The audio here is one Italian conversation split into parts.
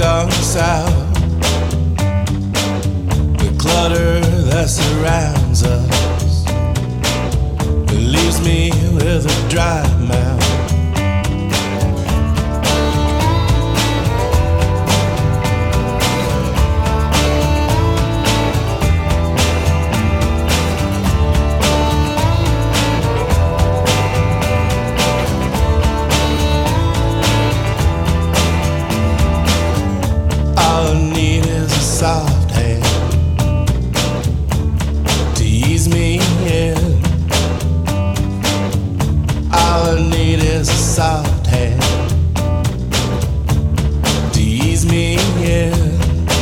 gone south. The clutter that surrounds us, it leaves me with a dry mouth. Soft hand to ease me in. All I need is a soft hand to ease me in.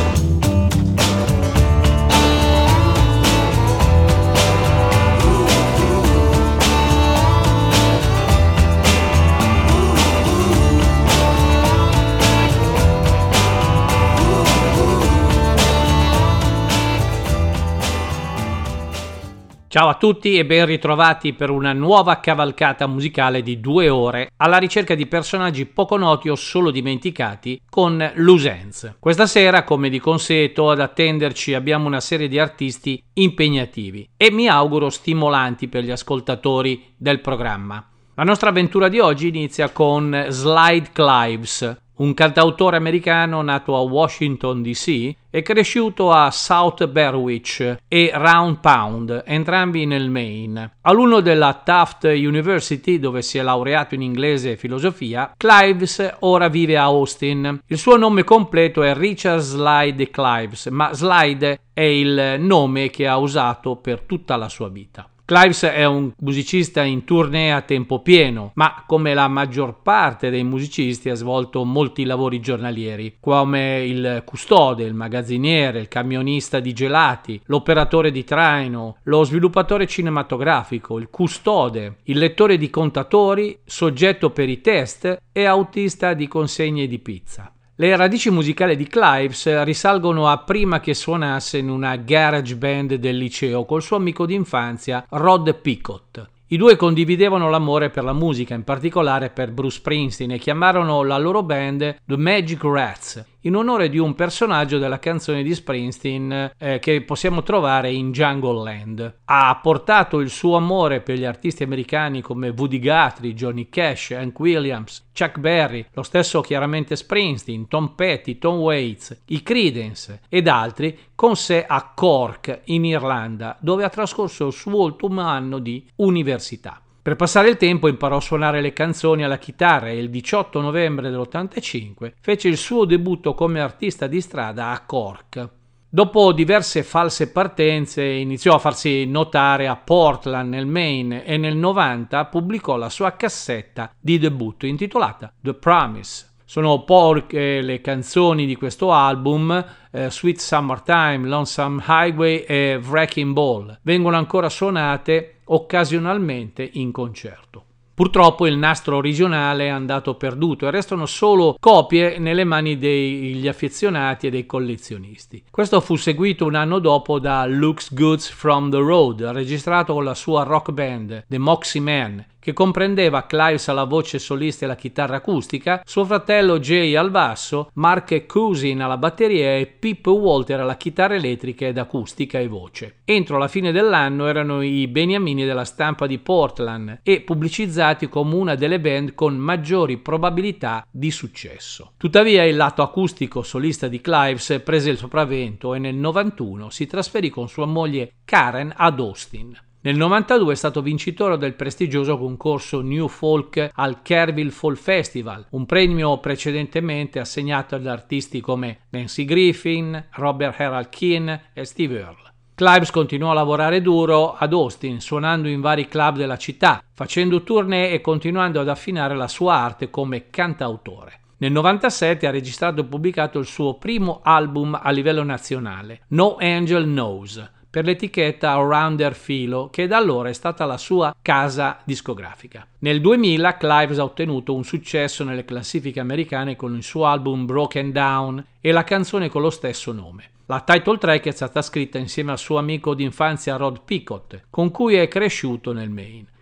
Ciao a tutti e ben ritrovati per una nuova cavalcata musicale di 2 ore alla ricerca di personaggi poco noti o solo dimenticati con Loose Ends. Questa sera, come di consueto, ad attenderci abbiamo una serie di artisti impegnativi e mi auguro stimolanti per gli ascoltatori del programma. La nostra avventura di oggi inizia con Slide Clives, un cantautore americano nato a Washington DC e cresciuto a South Berwick e Round Pound, entrambi nel Maine. Alunno della Tufts University, dove si è laureato in inglese e filosofia, Clives ora vive a Austin. Il suo nome completo è Richard Slide Clives, ma Slide è il nome che ha usato per tutta la sua vita. Clives è un musicista in tournée a tempo pieno, ma come la maggior parte dei musicisti ha svolto molti lavori giornalieri, come il custode, il magazziniere, il camionista di gelati, l'operatore di traino, lo sviluppatore cinematografico, il custode, il lettore di contatori, soggetto per i test e autista di consegne di pizza. Le radici musicali di Clives risalgono a prima che suonasse in una garage band del liceo col suo amico d'infanzia Rod Picott. I due condividevano l'amore per la musica, in particolare per Bruce Springsteen, e chiamarono la loro band The Magic Rats, in onore di un personaggio della canzone di Springsteen che possiamo trovare in Jungle Land. Ha portato il suo amore per gli artisti americani come Woody Guthrie, Johnny Cash, Hank Williams, Chuck Berry, lo stesso chiaramente Springsteen, Tom Petty, Tom Waits, i Creedence ed altri con sé a Cork in Irlanda, dove ha trascorso il suo ultimo anno di università. Per passare il tempo imparò a suonare le canzoni alla chitarra e il 18 novembre dell'85 fece il suo debutto come artista di strada a Cork. Dopo diverse false partenze iniziò a farsi notare a Portland nel Maine e nel 90 pubblicò la sua cassetta di debutto intitolata The Promise. Sono poche le canzoni di questo album, Sweet Summertime, Lonesome Highway e Wrecking Ball. Vengono ancora suonate occasionalmente in concerto. Purtroppo il nastro originale è andato perduto e restano solo copie nelle mani degli affezionati e dei collezionisti. Questo fu seguito un anno dopo da Looks Good from the Road, registrato con la sua rock band The Moxie Men, che comprendeva Clives alla voce solista e alla chitarra acustica, suo fratello Jay al basso, Mark Cousin alla batteria e Pip Walter alla chitarra elettrica ed acustica e voce. Entro la fine dell'anno erano i beniamini della stampa di Portland e pubblicizzati come una delle band con maggiori probabilità di successo. Tuttavia il lato acustico solista di Clives prese il sopravvento e nel 91 si trasferì con sua moglie Karen ad Austin. Nel 92 è stato vincitore del prestigioso concorso New Folk al Kerrville Fall Festival, un premio precedentemente assegnato ad artisti come Nancy Griffin, Robert Harold Keane e Steve Earle. Clives continuò a lavorare duro ad Austin, suonando in vari club della città, facendo tournée e continuando ad affinare la sua arte come cantautore. Nel 97 ha registrato e pubblicato il suo primo album a livello nazionale, No Angel Knows, per l'etichetta Rounder Philo, che da allora è stata la sua casa discografica. Nel 2000 Clives ha ottenuto un successo nelle classifiche americane con il suo album Broken Down e la canzone con lo stesso nome. La title track è stata scritta insieme al suo amico d'infanzia Rod Picott, con cui è cresciuto nel Maine.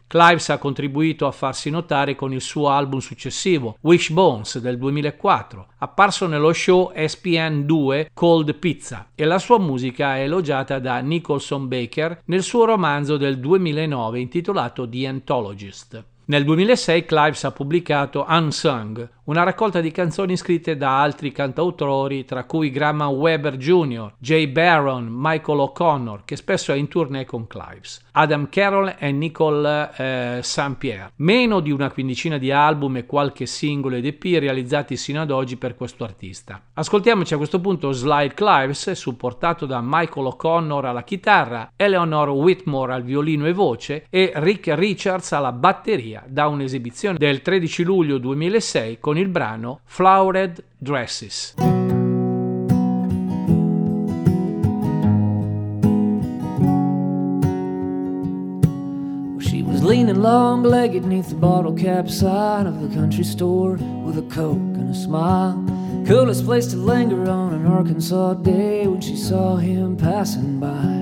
Clives ha contribuito a farsi notare con il suo album successivo, Wishbones del 2004, apparso nello show ESPN2 Cold Pizza, e la sua musica è elogiata da Nicholson Baker nel suo romanzo del 2009 intitolato The Anthologist. Nel 2006 Clives ha pubblicato Unsung, una raccolta di canzoni scritte da altri cantautori, tra cui Graham Webber Jr., Jay Baron, Michael O'Connor, che spesso è in tournée con Clives, Adam Carroll e Nicole St. Pierre. Meno di una quindicina di album e qualche singolo ed EP realizzati sino ad oggi per questo artista. Ascoltiamoci a questo punto Slide Clives, supportato da Michael O'Connor alla chitarra, Eleanor Whitmore al violino e voce e Rick Richards alla batteria, da un'esibizione del 13 luglio 2006 con il brano Flowered Dresses. She was leaning long-legged neath the bottle cap sign of the country store with a Coke and a smile. Coolest place to linger on an Arkansas day when she saw him passing by.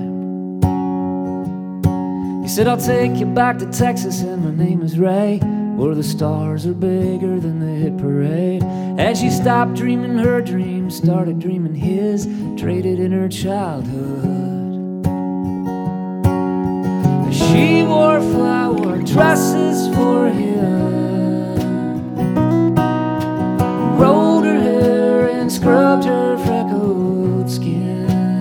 He said, I'll take you back to Texas and my name is Ray, where the stars are bigger than the hit parade. And she stopped dreaming her dreams, started dreaming his, traded in her childhood. She wore flower dresses for him, rolled her hair and scrubbed her freckled skin,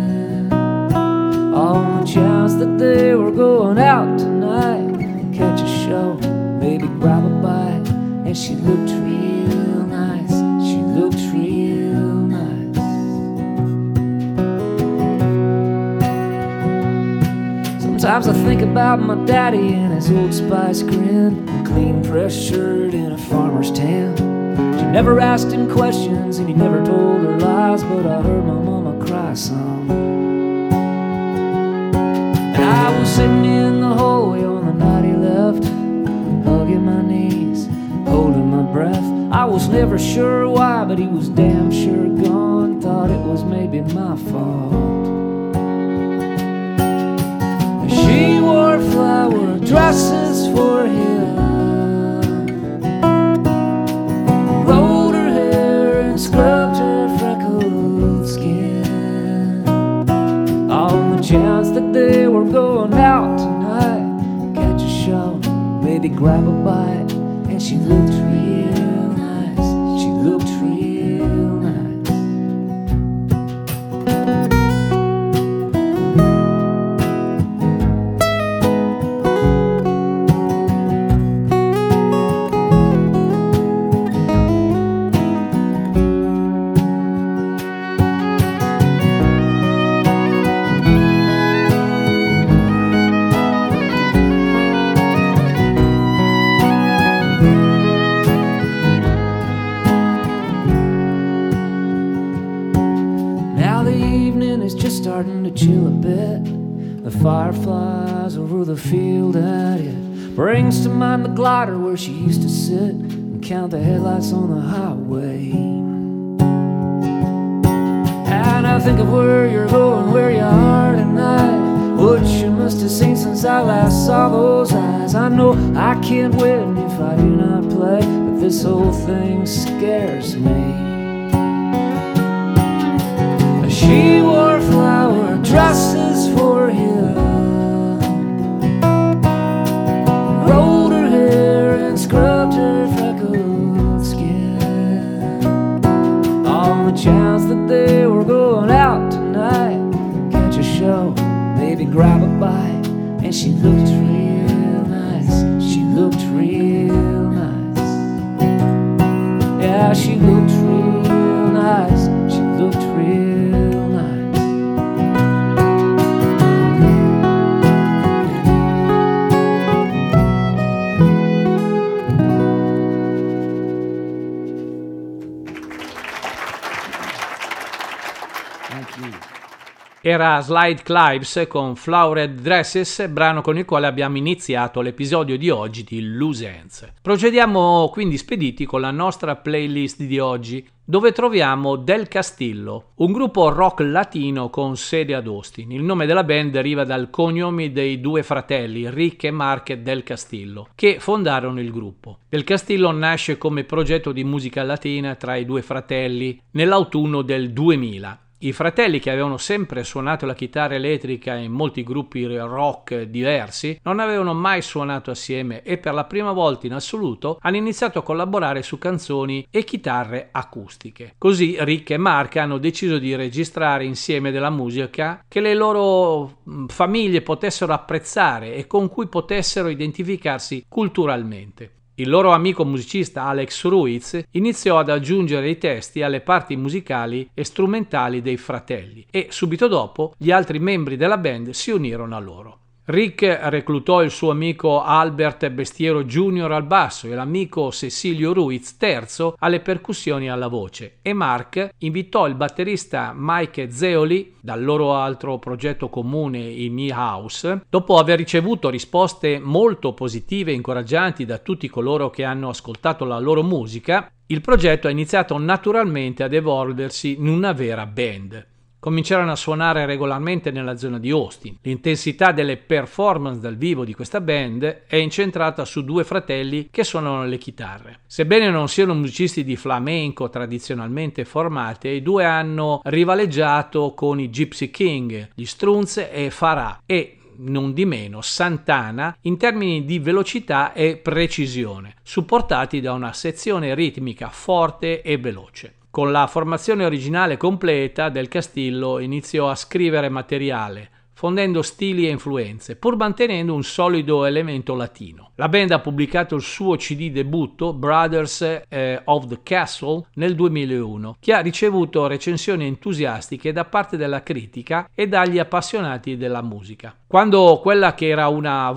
on the chance that they were going out tonight, catch a show, maybe grab a bite. And she looked real nice, she looked real nice. Sometimes I think about my daddy and his Old Spice grin, a clean pressed shirt and a farmer's tan. She never asked him questions and he never told her lies, but I heard my mama cry some. And I was sitting in the hallway on the night he left, hugging my knees, holding my breath. I was never sure why, but he was damn sure gone. Thought it was maybe my fault. She wore flower dresses for him, rolled her hair and scrubbed her freckled skin, on the chance that they were going out tonight, catch a show, maybe grab a bite. And she looked real nice, she looked real nice. Starting to chill a bit, the fireflies over the field at it brings to mind the glider where she used to sit and count the headlights on the highway. And I think of where you're going, where you are tonight, what you must have seen since I last saw those eyes. I know I can't win if I do not play, but this whole thing scares me. She wore flower dresses for him, rolled her hair and scrubbed her freckled skin, on the chance that they were going out tonight, catch a show, maybe grab a bite. And she looked real nice, she looked real nice. Yeah, she looked real nice, she looked real. Era Slide Clives con Flowered Dresses, brano con il quale abbiamo iniziato l'episodio di oggi di Loose Ends. Procediamo quindi spediti con la nostra playlist di oggi, dove troviamo Del Castillo, un gruppo rock latino con sede ad Austin. Il nome della band deriva dal cognome dei due fratelli, Rick e Mark Del Castillo, che fondarono il gruppo. Del Castillo nasce come progetto di musica latina tra i due fratelli nell'autunno del 2000. I fratelli, che avevano sempre suonato la chitarra elettrica in molti gruppi rock diversi, non avevano mai suonato assieme e per la prima volta in assoluto hanno iniziato a collaborare su canzoni e chitarre acustiche. Così Rick e Mark hanno deciso di registrare insieme della musica che le loro famiglie potessero apprezzare e con cui potessero identificarsi culturalmente. Il loro amico musicista Alex Ruiz iniziò ad aggiungere i testi alle parti musicali e strumentali dei fratelli e subito dopo gli altri membri della band si unirono a loro. Rick reclutò il suo amico Albert Bestiero Jr. al basso e l'amico Cecilio Ruiz III alle percussioni e alla voce, e Mark invitò il batterista Mike Zeoli dal loro altro progetto comune, i Me House. Dopo aver ricevuto risposte molto positive e incoraggianti da tutti coloro che hanno ascoltato la loro musica, il progetto ha iniziato naturalmente ad evolversi in una vera band. Cominciarono a suonare regolarmente nella zona di Austin. L'intensità delle performance dal vivo di questa band è incentrata su due fratelli che suonano le chitarre. Sebbene non siano musicisti di flamenco tradizionalmente formati, i due hanno rivaleggiato con i Gypsy King, gli Strunz e Farah e non di meno Santana in termini di velocità e precisione, supportati da una sezione ritmica forte e veloce. Con la formazione originale completa, Del Castillo iniziò a scrivere materiale, fondendo stili e influenze, pur mantenendo un solido elemento latino. La band ha pubblicato il suo CD debutto, Brothers of the Castle, nel 2001, che ha ricevuto recensioni entusiastiche da parte della critica e dagli appassionati della musica. Quando quella che era una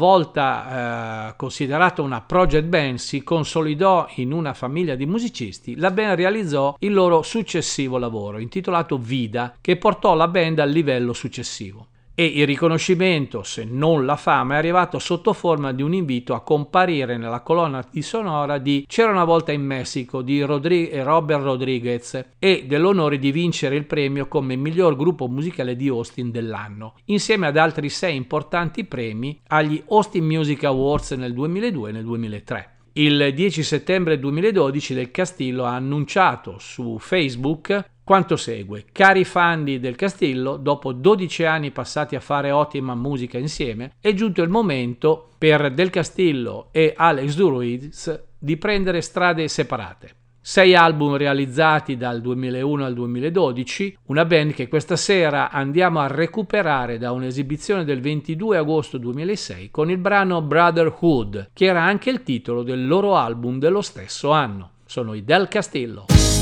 volta considerata una project band si consolidò in una famiglia di musicisti, la band realizzò il loro successivo lavoro, intitolato Vida, che portò la band al livello successivo. E il riconoscimento, se non la fama, è arrivato sotto forma di un invito a comparire nella colonna sonora di C'era una volta in Messico di Robert Rodriguez e dell'onore di vincere il premio come miglior gruppo musicale di Austin dell'anno, insieme ad altri 6 importanti premi agli Austin Music Awards nel 2002 e nel 2003. Il 10 settembre 2012 Del Castillo ha annunciato su Facebook quanto segue: cari fan di Del Castillo, dopo 12 anni passati a fare ottima musica insieme, è giunto il momento per Del Castillo e Alex Ruiz di prendere strade separate. 6 album realizzati dal 2001 al 2012, una band che questa sera andiamo a recuperare da un'esibizione del 22 agosto 2006 con il brano Brotherhood, che era anche il titolo del loro album dello stesso anno. Sono i Del Castillo.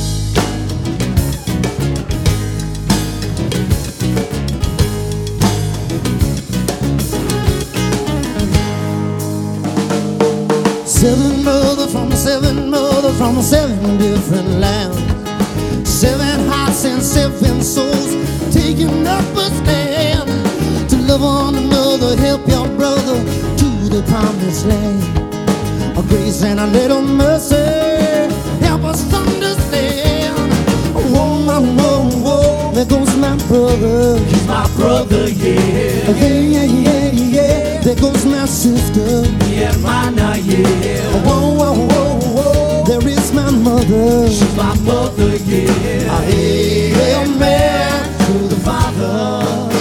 Seven mothers from 7 different lands, 7 hearts and 7 souls taking up a stand to love one another, help your brother to the promised land. A grace and a little mercy, help us understand. Whoa, whoa, whoa, there goes my brother. He's my brother, yeah. Yeah, yeah, yeah. There goes my sister. Mi hermana, yeah. Whoa, whoa, whoa, whoa. There is my mother. She's my mother, yeah. Amen to the Father.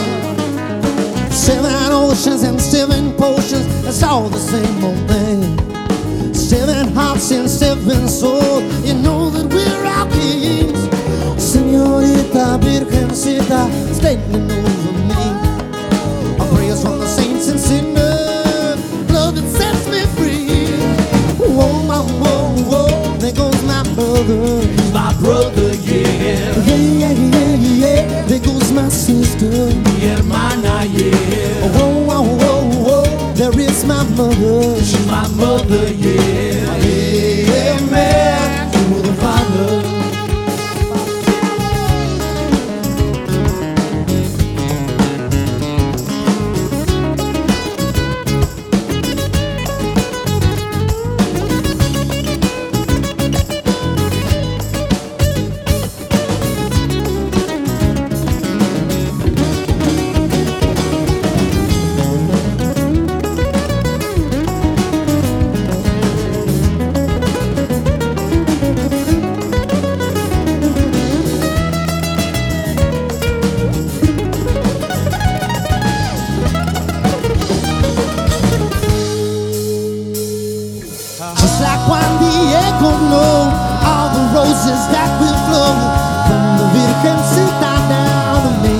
7 oceans and 7 potions, that's all the same old thing. 7 hearts and 7 souls, you know that we're our kings. Señorita Virgencita, standing over me. A prayers from the saints and sinners, blood that sets me free. Whoa, whoa, whoa, there goes my brother. He's my brother, yeah. Yeah, yeah, yeah, there goes my sister. Mi hermana, yeah. Whoa, whoa, whoa, whoa, there is my mother. She's my mother, yeah. Amen to the Father. roses that will flow from the Virgen down to me.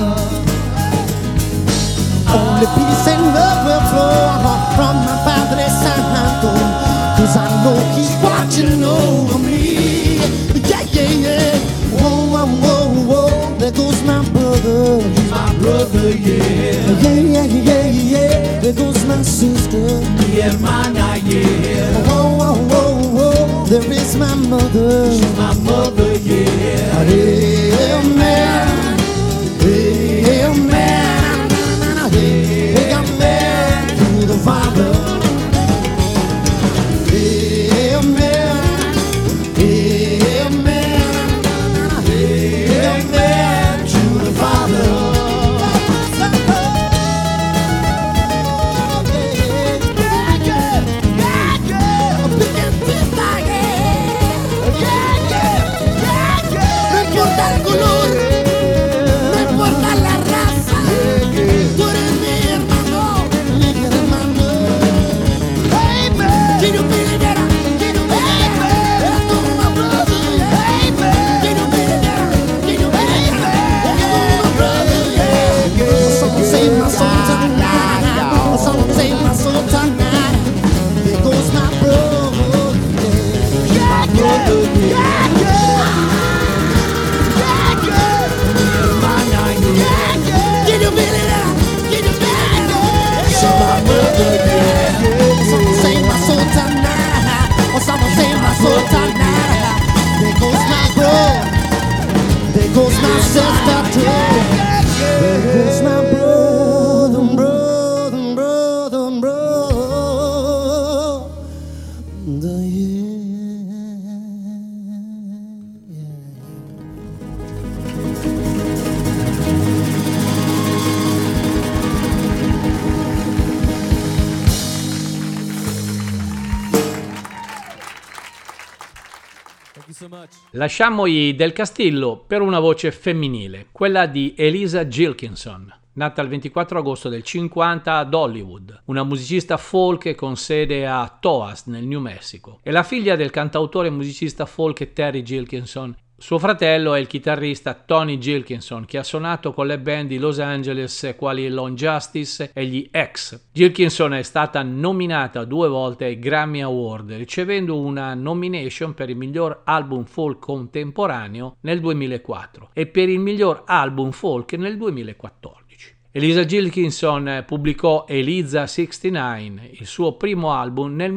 Only peace and love will flow from my Padre Santo, 'cause I know he's watching over me. Yeah, yeah, yeah. Whoa, whoa, whoa, whoa. There goes my brother. He's my brother, yeah. Yeah, yeah, yeah, yeah. There goes my sister. Mi hermana, yeah. Whoa, whoa, whoa, whoa. There is my mother. She's my mother, yeah. Amen. Amen. Amen to the Father. Lasciamo i Del Castillo per una voce femminile, quella di Eliza Gilkinson, nata il 24 agosto del 50 ad Hollywood, una musicista folk con sede a Taos, nel New Mexico. È la figlia del cantautore e musicista folk Terry Gilkinson. Suo fratello è il chitarrista Tony Gilkinson, che ha suonato con le band di Los Angeles quali Lone Justice e gli X. Gilkinson è stata nominata 2 volte ai Grammy Award, ricevendo una nomination per il miglior album folk contemporaneo nel 2004 e per il miglior album folk nel 2014. Eliza Gilkinson pubblicò Eliza 69, il suo primo album, nel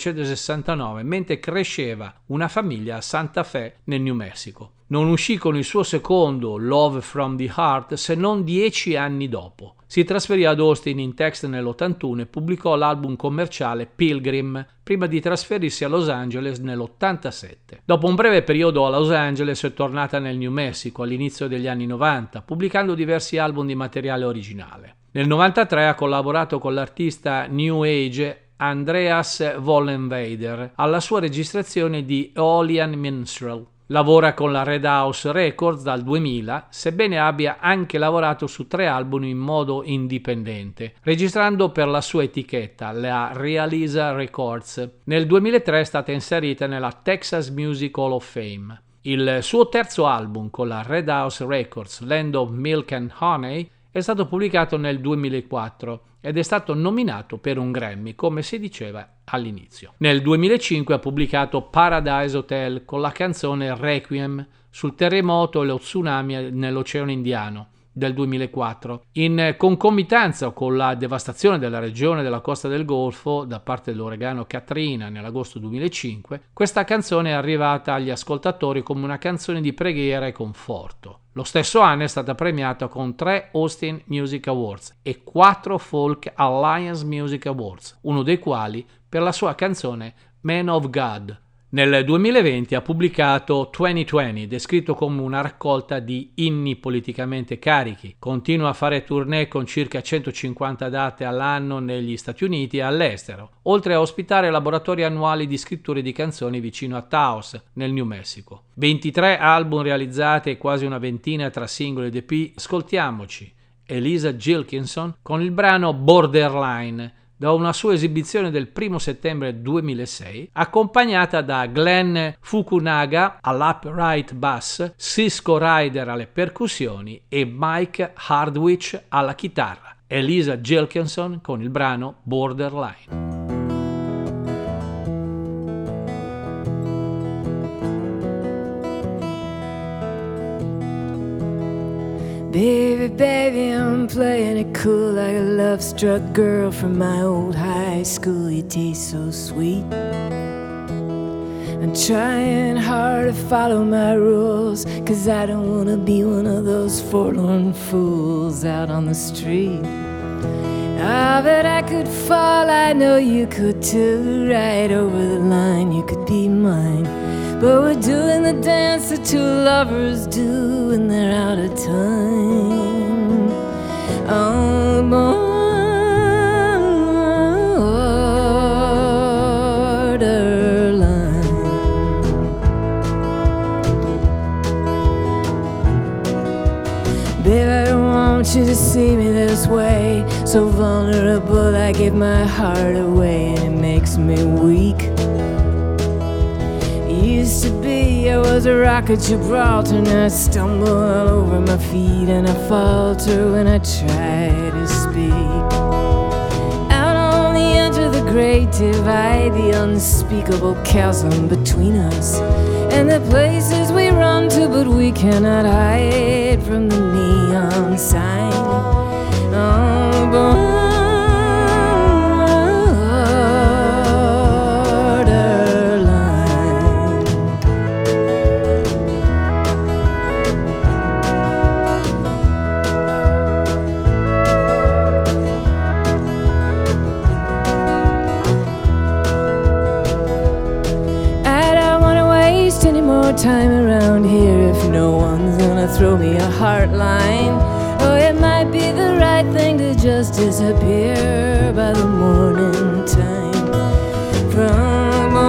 1969, mentre cresceva una famiglia a Santa Fe, nel New Mexico. Non uscì con il suo secondo, Love from the Heart, se non 10 anni dopo. Si trasferì ad Austin, in Texas, nell'81 e pubblicò l'album commerciale Pilgrim, prima di trasferirsi a Los Angeles nell'87. Dopo un breve periodo a Los Angeles è tornata nel New Mexico all'inizio degli anni 90, pubblicando diversi album di materiale originale. Nel 93 ha collaborato con l'artista New Age Andreas Vollenweider alla sua registrazione di Aeolian Minstrel. Lavora con la Red House Records dal 2000, sebbene abbia anche lavorato su 3 album in modo indipendente, registrando per la sua etichetta, la Realiza Records. Nel 2003 è stata inserita nella Texas Music Hall of Fame. Il suo terzo album con la Red House Records, Land of Milk and Honey, è stato pubblicato nel 2004 ed è stato nominato per un Grammy, come si diceva all'inizio. Nel 2005 ha pubblicato Paradise Hotel con la canzone Requiem sul terremoto e lo tsunami nell'Oceano Indiano del 2004. In concomitanza con la devastazione della regione della Costa del Golfo da parte dell'uragano Katrina nell'agosto 2005, questa canzone è arrivata agli ascoltatori come una canzone di preghiera e conforto. Lo stesso anno è stata premiata con 3 Austin Music Awards e 4 Folk Alliance Music Awards, uno dei quali per la sua canzone Man of God. Nel 2020 ha pubblicato 2020, descritto come una raccolta di inni politicamente carichi. Continua a fare tournée con circa 150 date all'anno negli Stati Uniti e all'estero, oltre a ospitare laboratori annuali di scritture di canzoni vicino a Taos, nel New Mexico. 23 album realizzati e quasi una ventina tra singoli ed EP. Ascoltiamoci Eliza Gilkinson con il brano Borderline, da una sua esibizione del 1 settembre 2006, accompagnata da Glenn Fukunaga all'upright bass, Cisco Ryder alle percussioni e Mike Hardwick alla chitarra. Elisa Gilkinson con il brano Borderline. Baby, baby, I'm playing it cool like a love-struck girl from my old high school. You taste so sweet. I'm trying hard to follow my rules, 'cause I don't wanna be one of those forlorn fools out on the street. Ah, but I could fall, I know you could too. Right over the line, you could be mine. But we're doing the dance that two lovers do when they're out of time. Oh, borderline. Babe, I don't want you to see me this way. So vulnerable, I give my heart away, and it makes me weak. Used to be, I was a rock at Gibraltar. Now I stumble all over my feet, and I falter when I try to speak. Out on the edge of the great divide, the unspeakable chasm between us, and the places we run to, but we cannot hide from the neon sign. Oh, borderline. Time around here if no one's gonna throw me a heart line. Oh, it might be the right thing to just disappear by the morning time. From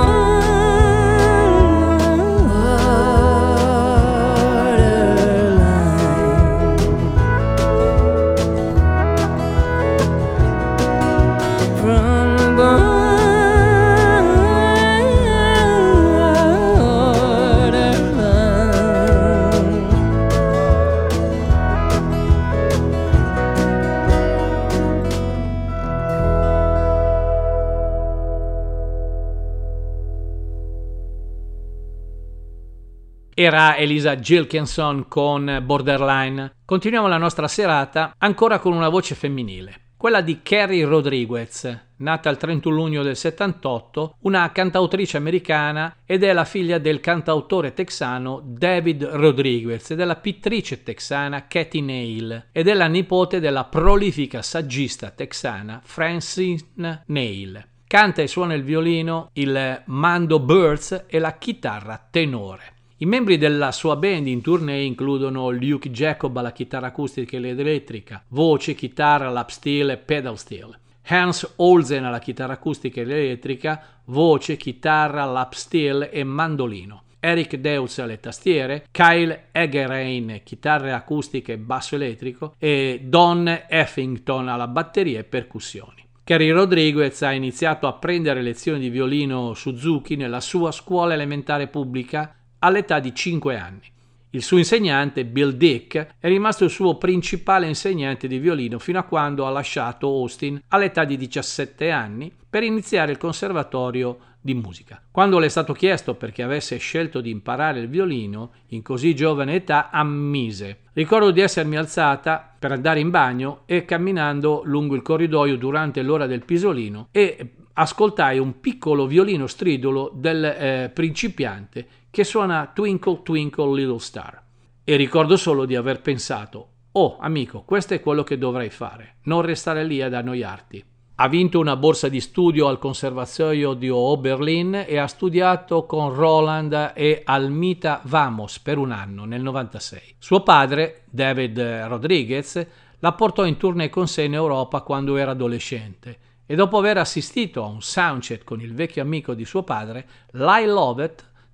Era Elisa Gilkinson con Borderline. Continuiamo la nostra serata ancora con una voce femminile, quella di Carrie Rodriguez, nata il 31 luglio del 78, una cantautrice americana ed è la figlia del cantautore texano David Rodriguez e della pittrice texana Katie Neal ed è la nipote della prolifica saggista texana Francine Neal. Canta e suona il violino, il Mando Birds e la chitarra tenore. I membri della sua band in tournée includono Luke Jacob alla chitarra acustica ed elettrica, voce, chitarra, lap steel e pedal steel, Hans Olsen alla chitarra acustica ed elettrica, voce, chitarra, lap steel e mandolino, Eric Deutz alle tastiere, Kyle Egerein chitarre acustiche e basso elettrico e Don Effington alla batteria e percussioni. Carrie Rodriguez ha iniziato a prendere lezioni di violino Suzuki nella sua scuola elementare pubblica all'età di 5 anni. Il suo insegnante, Bill Dick, è rimasto il suo principale insegnante di violino fino a quando ha lasciato Austin all'età di 17 anni per iniziare il conservatorio di musica. Quando le è stato chiesto perché avesse scelto di imparare il violino in così giovane età, ammise: "Ricordo di essermi alzata per andare in bagno e camminando lungo il corridoio durante l'ora del pisolino e ascoltai un piccolo violino stridolo del principiante che suona Twinkle Twinkle Little Star e ricordo solo di aver pensato: oh amico, questo è quello che dovrai fare, non restare lì ad annoiarti." Ha vinto una borsa di studio al Conservatorio di Oberlin e ha studiato con Roland e Almita Vamos per un anno nel 96. Suo padre, David Rodriguez, la portò in tournée con sé in Europa quando era adolescente e dopo aver assistito a un soundcheck con il vecchio amico di suo padre, Lyle Lovett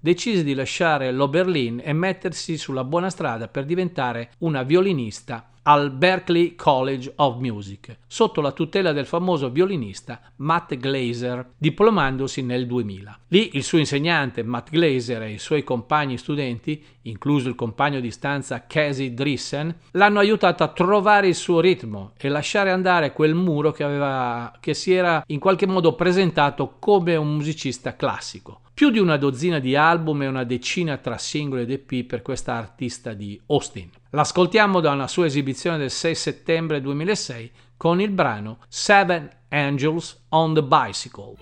decise di lasciare l'Oberlin e mettersi sulla buona strada per diventare una violinista al Berklee College of Music, sotto la tutela del famoso violinista Matt Glazer, diplomandosi nel 2000. Lì il suo insegnante Matt Glazer e i suoi compagni studenti, incluso il compagno di stanza Casey Drissen, l'hanno aiutato a trovare il suo ritmo e lasciare andare quel muro che si era in qualche modo presentato come un musicista classico. Più di una dozzina di album e una decina tra singoli ed EP per questa artista di Austin. L'ascoltiamo da una sua esibizione del 6 settembre 2006 con il brano Seven Angels on the Bicycle.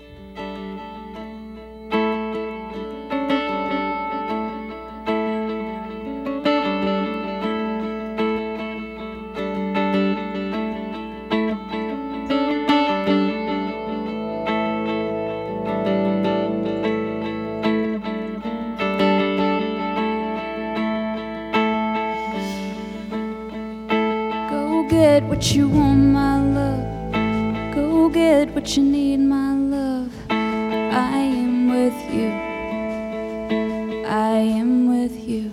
Get what you want, my love. Go get what you need, my love. I am with you. I am with you.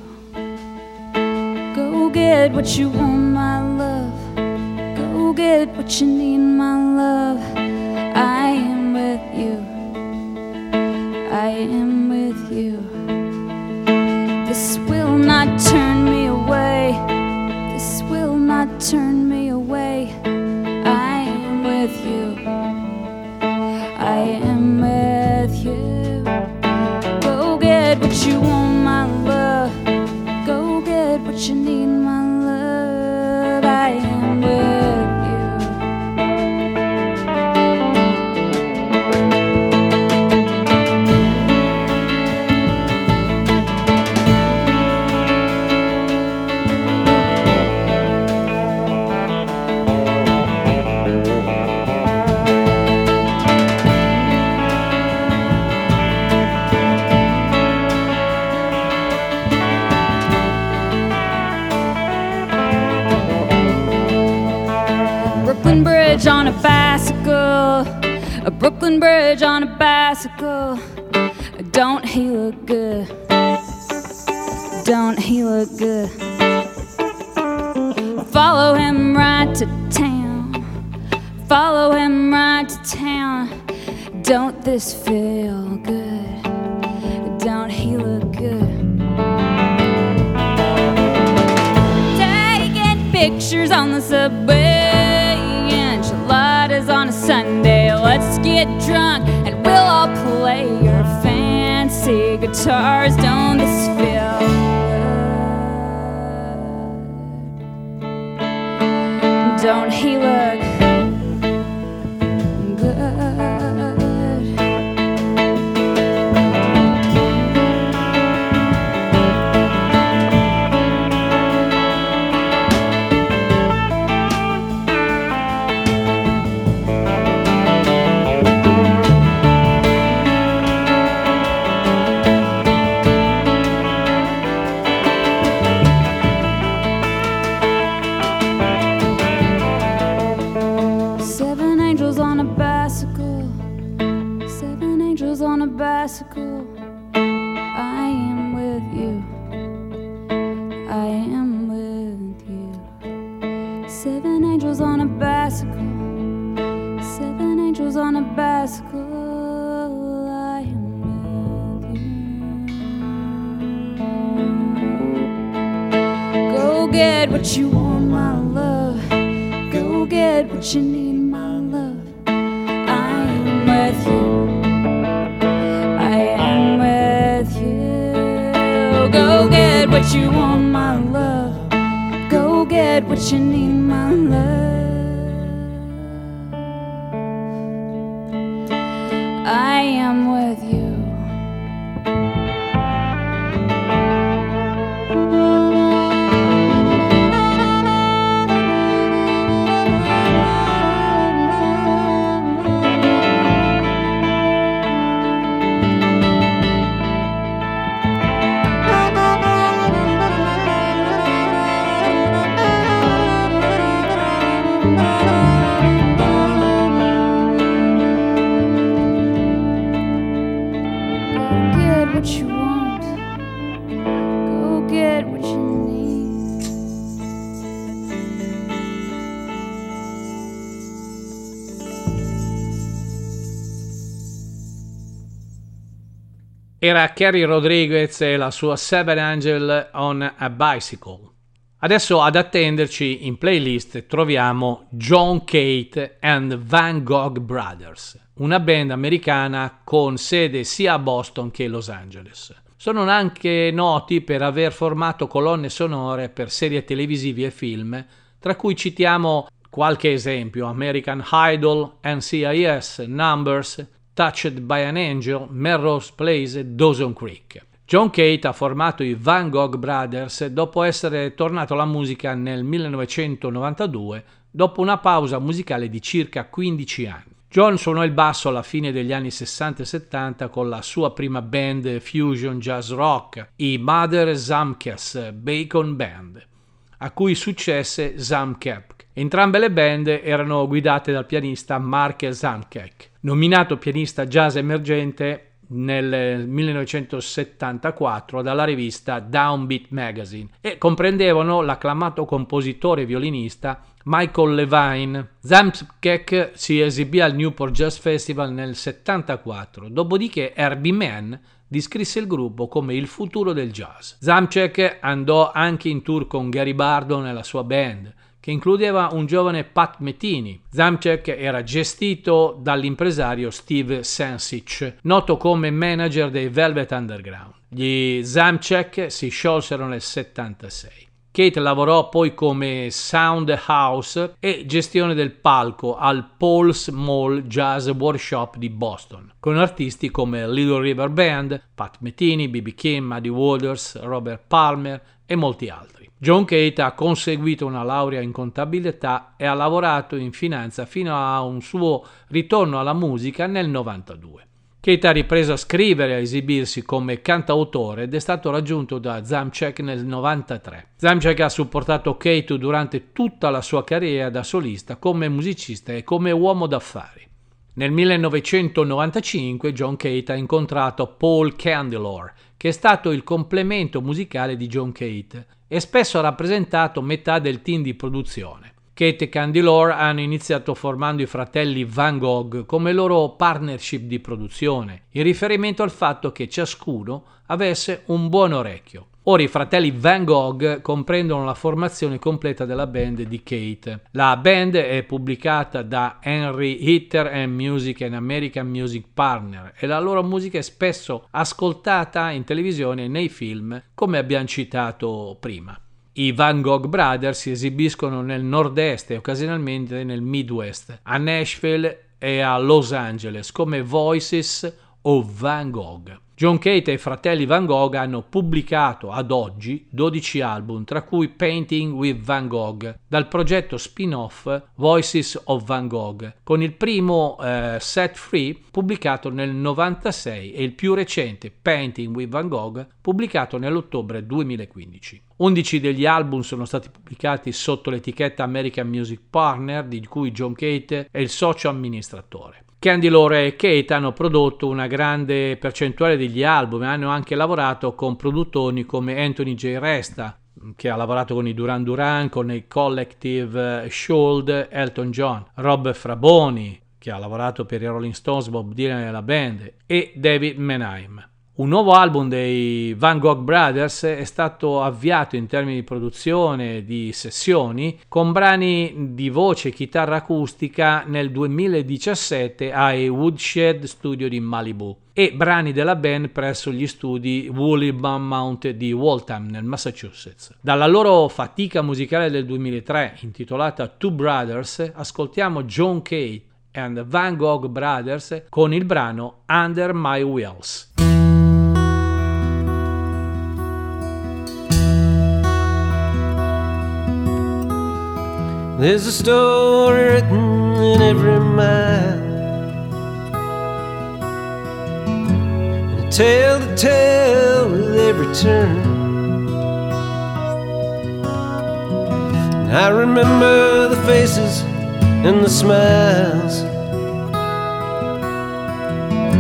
Go get what you want, my love. Go get what you need, my love. I am with you. I am with you. This will not turn me away. This will not turn me away. I am with you. I am with you. Go get what you want, my love. Go get what you need, my love. I am with you. Brooklyn Bridge on a bicycle, a Brooklyn Bridge on a bicycle. Don't he look good? Don't he look good? Follow him right to town. Follow him right to town. Don't this feel good? Don't he look good? Taking pictures on the subway. Enchiladas on a Sunday. Let's get drunk and we'll all play your fancy guitars. Don't this feel good? Don't he look good? On a bicycle, I am with you. I am with you. 7 angels on a bicycle. 7 angels on a bicycle. I am with you. Go get what you want, my love. Go get what you need, my love. I am with you. Go get what you want, my love. Go get what you need, my love. I am with you. get what you need. Era Carrie Rodriguez e la sua Seven Angel on a Bicycle. Adesso ad attenderci in playlist troviamo John Cate and Van Gogh Brothers, una band americana con sede sia a Boston che Los Angeles. Sono anche noti per aver formato colonne sonore per serie televisive e film, tra cui citiamo qualche esempio: American Idol, NCIS, Numbers, Touched by an Angel, Melrose Place e Dawson Creek. John Cate ha formato i Van Gogh Brothers dopo essere tornato alla musica nel 1992, dopo una pausa musicale di circa 15 anni. John suonò il basso alla fine degli anni 60 e 70 con la sua prima band fusion jazz rock, i Mother Zamkes Bacon Band, a cui successe Zamkek. Entrambe le band erano guidate dal pianista Mark Zamkek, nominato pianista jazz emergente nel 1974 dalla rivista Downbeat Magazine, e comprendevano l'acclamato compositore e violinista Michael Levine. Zamkek si esibì al Newport Jazz Festival nel 1974, dopodiché Herbie Mann descrisse il gruppo come il futuro del jazz. Zamkek andò anche in tour con Gary Barlow nella sua band, che includeva un giovane Pat Metheny. Zamkek era gestito dall'impresario Steve Sansich, noto come manager dei Velvet Underground. Gli Zamkek si sciolsero nel 1976. Cate lavorò poi come sound house e gestione del palco al Paul's Mall Jazz Workshop di Boston, con artisti come Little River Band, Pat Metheny, B.B. King, Muddy Waters, Robert Palmer e molti altri. John Cate ha conseguito una laurea in contabilità e ha lavorato in finanza fino a un suo ritorno alla musica nel 92. Cate ha ripreso a scrivere e a esibirsi come cantautore ed è stato raggiunto da Zamkek nel 93. Zamkek ha supportato Cate durante tutta la sua carriera da solista, come musicista e come uomo d'affari. Nel 1995 John Cate ha incontrato Paul Candelore, che è stato il complemento musicale di John Cate e spesso ha rappresentato metà del team di produzione. Cate e Candelore hanno iniziato formando i fratelli Van Gogh come loro partnership di produzione, in riferimento al fatto che ciascuno avesse un buon orecchio. Ora i fratelli Van Gogh comprendono la formazione completa della band di Cate. La band è pubblicata da Henry Hitter and Music and American Music Partner e la loro musica è spesso ascoltata in televisione e nei film, come abbiamo citato prima. I Van Gogh Brothers si esibiscono nel nord-est e occasionalmente nel Midwest, a Nashville e a Los Angeles come Voices of Van Gogh. John Cate e i fratelli Van Gogh hanno pubblicato ad oggi 12 album, tra cui Painting with Van Gogh, dal progetto spin-off Voices of Van Gogh, con il primo Set Free pubblicato nel 96 e il più recente Painting with Van Gogh pubblicato nell'ottobre 2015. 11 degli album sono stati pubblicati sotto l'etichetta American Music Partner, di cui John Cate è il socio amministratore. Candelore e Cate hanno prodotto una grande percentuale degli album e hanno anche lavorato con produttori come Anthony J. Resta, che ha lavorato con i Duran Duran, con i Collective Soul, Elton John, Rob Fraboni, che ha lavorato per i Rolling Stones, Bob Dylan e la band, e David Menheim. Un nuovo album dei Van Gogh Brothers è stato avviato in termini di produzione e di sessioni, con brani di voce e chitarra acustica nel 2017 ai Woodshed Studio di Malibu e brani della band presso gli studi Woolly Mount di Waltham nel Massachusetts. Dalla loro fatica musicale del 2003 intitolata Two Brothers ascoltiamo John Cate and the Van Gogh Brothers con il brano Under My Wheels. There's a story written in every mile, and a tale to tell with every turn. And I remember the faces and the smiles,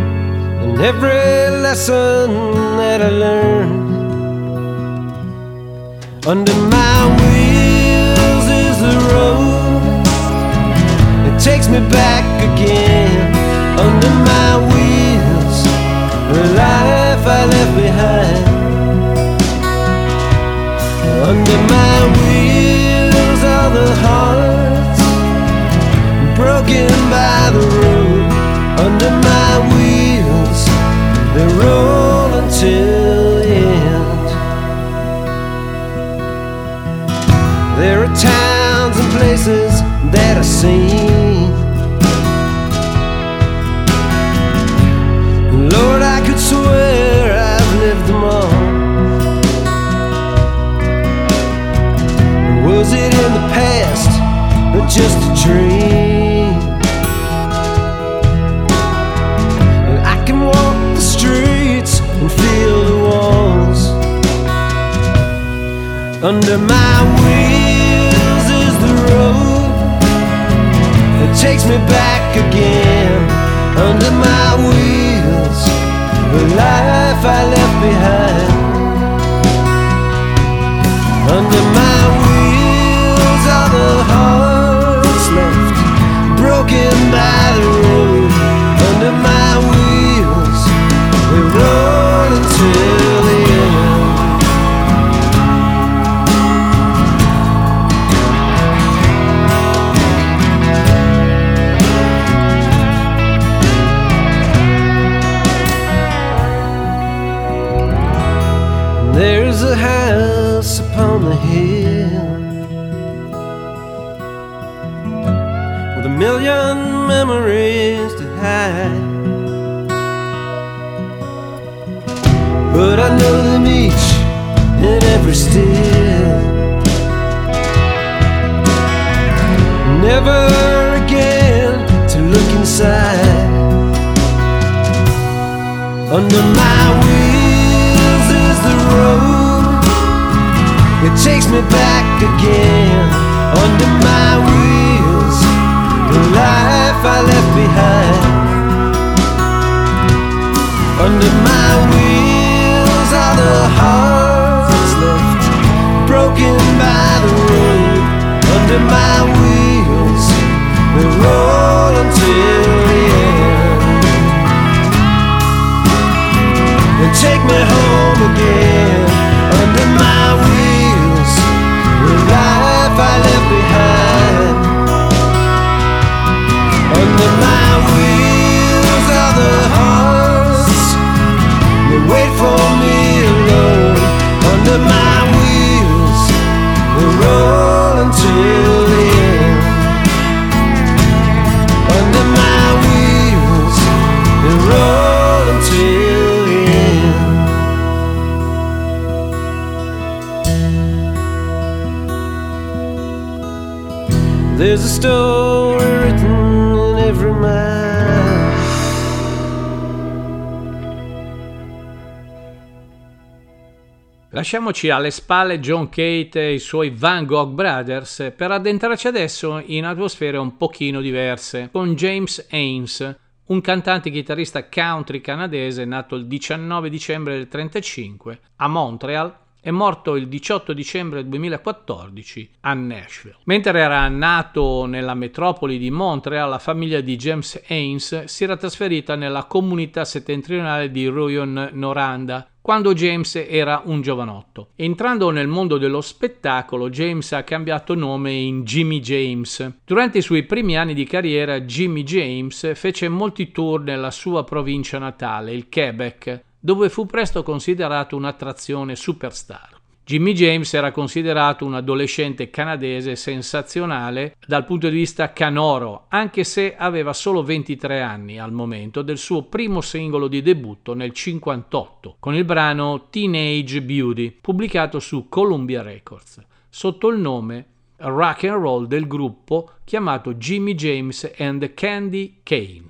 and every lesson that I learned. Under my wheels is the road. It takes me back again. Under my wheels, the life I left behind. Under my wheels are the hearts broken by the road. Under my wheels, they roll until the end. There are towns and places that I've seen. Lord, I could swear I've lived them all. Was it in the past or just a dream? And I can walk the streets and feel the walls. Under my wheels is the road that takes me back again. Under my wheels, the life I left behind. Under my wheels are the hearts left broken by the road. Under my wheels, they roll until the end. There's a house upon the hill with a million memories to hide, but I know them each and every still. Never again to look inside. Under my wheels is the road. It takes me back again. Under my wheels, the life I left behind. Under my wheels are the hearts left broken by the road. Under my wheels, they roll until the end. They take me home again. Under my wheels, the life I left behind. Under my wheels are the hearts that wait for me alone. Under my wheels, they roll until the end. Under my wheels, they roll until the end. There's a story written in every mile. Lasciamoci alle spalle John Cate e i suoi Van Gogh Brothers per addentrarci adesso in atmosfere un pochino diverse, con James Haynes, un cantante e chitarrista country canadese nato il 19 dicembre del 1935 a Montreal è morto il 18 dicembre 2014 a Nashville. Mentre era nato nella metropoli di Montreal, la famiglia di James Haynes si era trasferita nella comunità settentrionale di Rouyn-Noranda quando James era un giovanotto. Entrando nel mondo dello spettacolo, James ha cambiato nome in Jimmy James. Durante i suoi primi anni di carriera, Jimmy James fece molti tour nella sua provincia natale, il Quebec, dove fu presto considerato un'attrazione superstar. Jimmy James era considerato un adolescente canadese sensazionale dal punto di vista canoro, anche se aveva solo 23 anni al momento del suo primo singolo di debutto nel 1958, con il brano Teenage Beauty, pubblicato su Columbia Records, sotto il nome rock and roll del gruppo chiamato Jimmy James and the Candy Canes.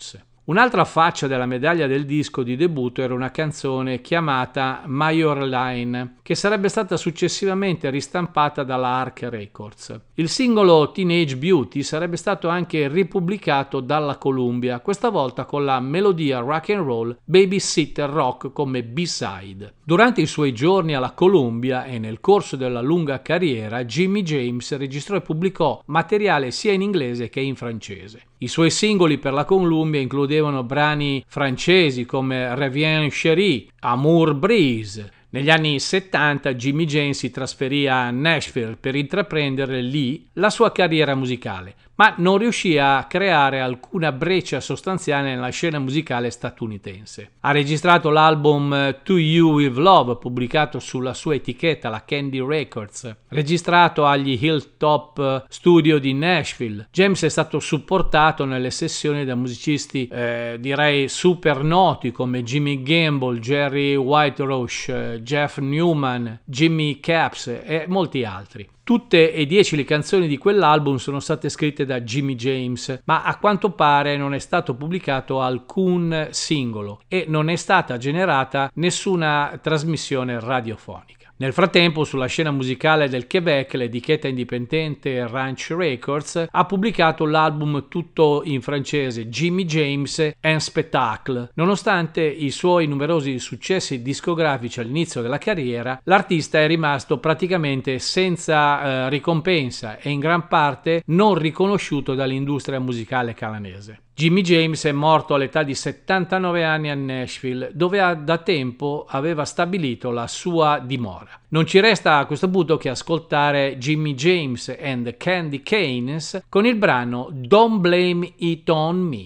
Un'altra faccia della medaglia del disco di debutto era una canzone chiamata Major Line, che sarebbe stata successivamente ristampata dalla Arc Records. Il singolo Teenage Beauty sarebbe stato anche ripubblicato dalla Columbia, questa volta con la melodia rock and roll Babysitter Rock come B-side. Durante i suoi giorni alla Columbia e nel corso della lunga carriera, Jimmy James registrò e pubblicò materiale sia in inglese che in francese. I suoi singoli per la Columbia includevano brani francesi come Reviens Chérie, Amour Brise. Negli anni 70 Jimmy James si trasferì a Nashville per intraprendere lì la sua carriera musicale, ma non riuscì a creare alcuna breccia sostanziale nella scena musicale statunitense. Ha registrato l'album To You With Love, pubblicato sulla sua etichetta, la Candy Records, registrato agli Hilltop Studio di Nashville. James è stato supportato nelle sessioni da musicisti direi super noti come Jimmy Gamble, Jerry Whiterosh, Jeff Newman, Jimmy Capps e molti altri. Tutte e 10 le canzoni di quell'album sono state scritte da Jimmy James, ma a quanto pare non è stato pubblicato alcun singolo e non è stata generata nessuna trasmissione radiofonica. Nel frattempo, sulla scena musicale del Quebec, l'etichetta indipendente Ranch Records ha pubblicato l'album tutto in francese Jimmy James en Spectacle. Nonostante i suoi numerosi successi discografici all'inizio della carriera, l'artista è rimasto praticamente senza ricompensa e in gran parte non riconosciuto dall'industria musicale canadese. Jimmy James è morto all'età di 79 anni a Nashville, dove da tempo aveva stabilito la sua dimora. Non ci resta a questo punto che ascoltare Jimmy James and the Candy Canes con il brano Don't Blame It On Me.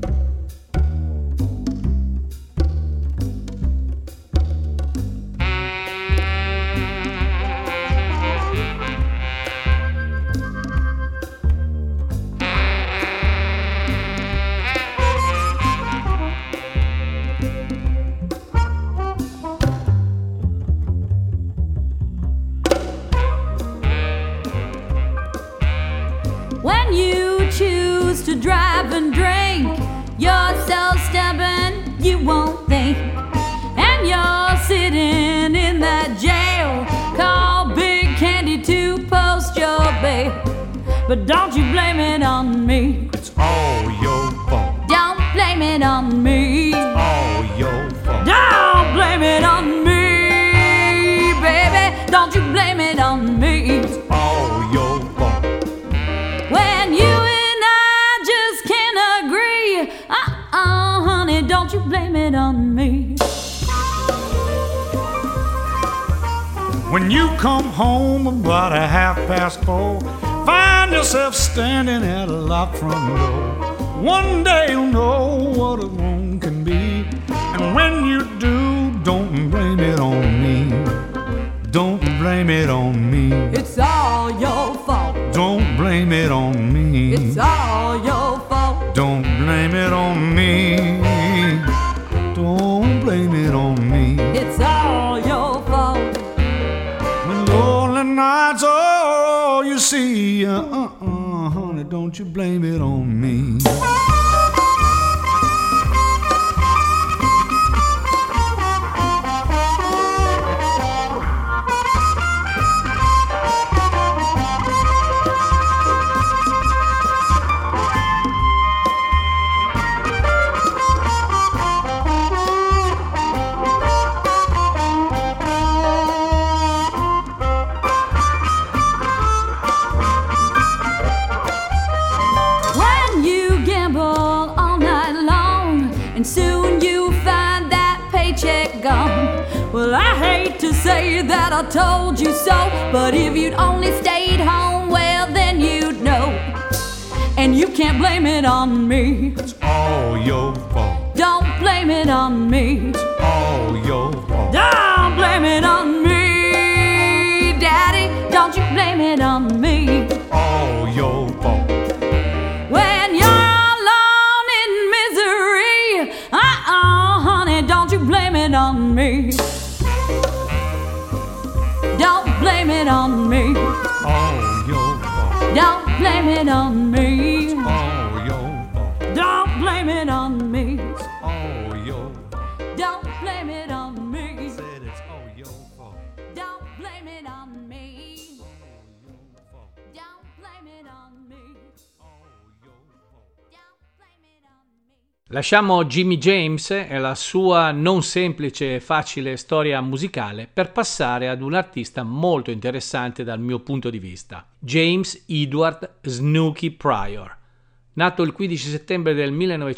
When you choose to drive and drink, you're so stubborn you won't think. And you're sitting in that jail called Big Candy to post your bail. But don't you blame it on me. It's all your fault. Don't blame it on me. It's all your fault. Don't blame it on me, baby. Don't you blame it on me. It's all your fault. When you and I just can't agree, honey, don't you blame it on me. When you come home about 4:30, find yourself standing at a locked front door. One day you'll know what a wrong can be, and when you do, don't blame it on me. Don't blame it on me. It's all your fault. Don't blame it on me. It's all your fault. Don't blame it on me. Don't blame it on me. It's all your fault. When lonely nights are all you see, honey, don't you blame it on me. And soon you find that paycheck gone. Well, I hate to say that I told you so, but if you'd only stayed home, well, then you'd know. And you can't blame it on me. It's all your fault. Don't blame it on me. It's all your fault. Don't blame it on me, Daddy. Don't you blame it on me. It's all your fault. When you're alone in misery, honey, don't you blame it on me. Don't blame it on me. All your fault. Don't blame it on me. All your fault. Don't blame it on me. Lasciamo Jimmy James e la sua non semplice e facile storia musicale per passare ad un artista molto interessante dal mio punto di vista, James Edward Snooky Pryor. Nato il 15 settembre del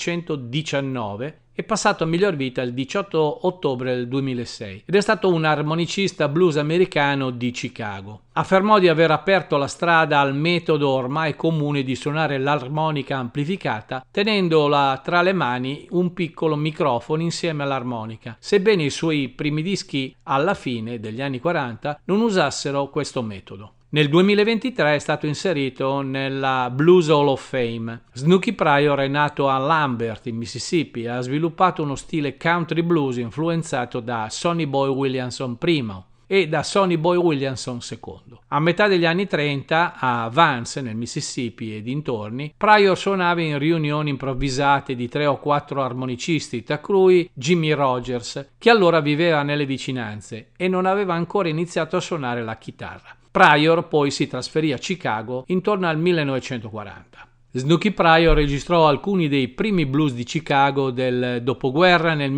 1919, è passato a miglior vita il 18 ottobre del 2006 ed è stato un armonicista blues americano di Chicago. Affermò di aver aperto la strada al metodo ormai comune di suonare l'armonica amplificata tenendola tra le mani un piccolo microfono insieme all'armonica, sebbene i suoi primi dischi alla fine degli anni 40 non usassero questo metodo. Nel 2023 è stato inserito nella Blues Hall of Fame. Snooky Pryor è nato a Lambert, in Mississippi, e ha sviluppato uno stile country blues influenzato da Sonny Boy Williamson I e da Sonny Boy Williamson II. A metà degli anni 30, a Vance, nel Mississippi e dintorni, Pryor suonava in riunioni improvvisate di 3 o 4 armonicisti, tra cui Jimmy Rogers, che allora viveva nelle vicinanze e non aveva ancora iniziato a suonare la chitarra. Pryor poi si trasferì a Chicago intorno al 1940. Snooky Pryor registrò alcuni dei primi blues di Chicago del dopoguerra nel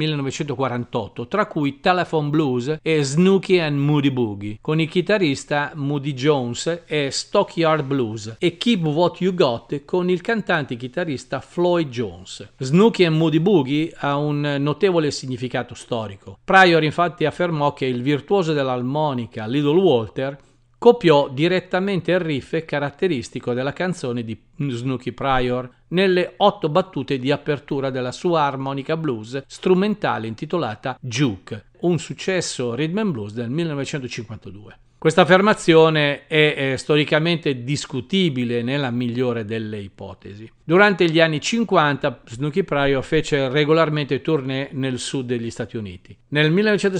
1948, tra cui Telephone Blues e Snooky and Moody Boogie, con il chitarrista Moody Jones, e Stockyard Blues e Keep What You Got con il cantante e chitarrista Floyd Jones. Snooky and Moody Boogie ha un notevole significato storico. Pryor infatti affermò che il virtuoso dell'armonica Little Walter copiò direttamente il riff caratteristico della canzone di Snooky Pryor nelle 8 battute di apertura della sua armonica blues strumentale intitolata Juke, un successo rhythm and blues del 1952. Questa affermazione è storicamente discutibile nella migliore delle ipotesi. Durante gli anni 50 Snooky Pryor fece regolarmente tournée nel sud degli Stati Uniti. Nel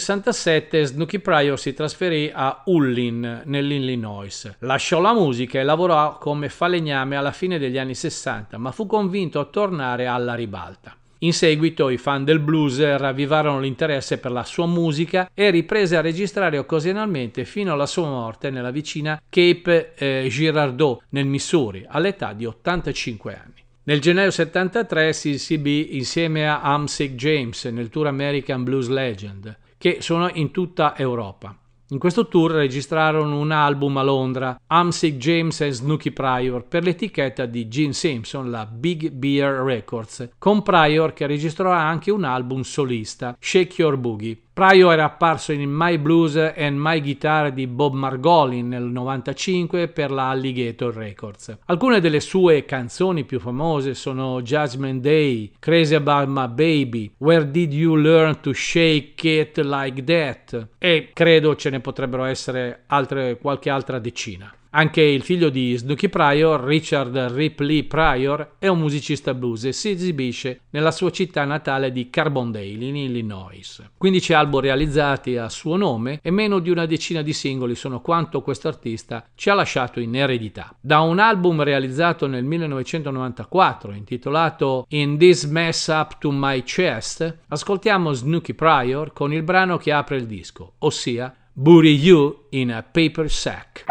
1967 Snooky Pryor si trasferì a Ullin, nell'Illinois. Lasciò la musica e lavorò come falegname alla fine degli anni 60, ma fu convinto a tornare alla ribalta. In seguito i fan del blues ravvivarono l'interesse per la sua musica e riprese a registrare occasionalmente fino alla sua morte nella vicina Cape Girardeau nel Missouri all'età di 85 anni. Nel gennaio 73 si esibì insieme a Hamsick James nel tour American Blues Legend, che suonò in tutta Europa. In questo tour registrarono un album a Londra, Hamsick James e Snooky Pryor, per l'etichetta di Gene Simpson, la Big Bear Records, con Pryor che registrò anche un album solista, Shake Your Boogie. Pryor era apparso in My Blues and My Guitar di Bob Margolin nel 95 per la Alligator Records. Alcune delle sue canzoni più famose sono Judgment Day, Crazy About My Baby, Where Did You Learn to Shake It Like That, e credo ce ne potrebbero essere qualche altra decina. Anche il figlio di Snooky Pryor, Richard Ripley Pryor, è un musicista blues e si esibisce nella sua città natale di Carbondale, in Illinois. 15 album realizzati a suo nome e meno di una decina di singoli sono quanto questo artista ci ha lasciato in eredità. Da un album realizzato nel 1994 intitolato In This Mess Up to My Chest, ascoltiamo Snooky Pryor con il brano che apre il disco, ossia Bury You in a Paper Sack.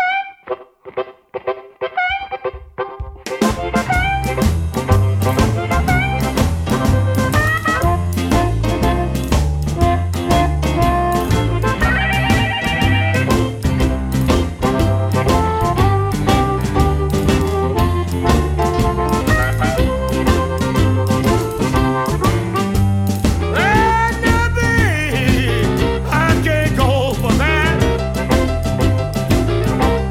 I can't go for that.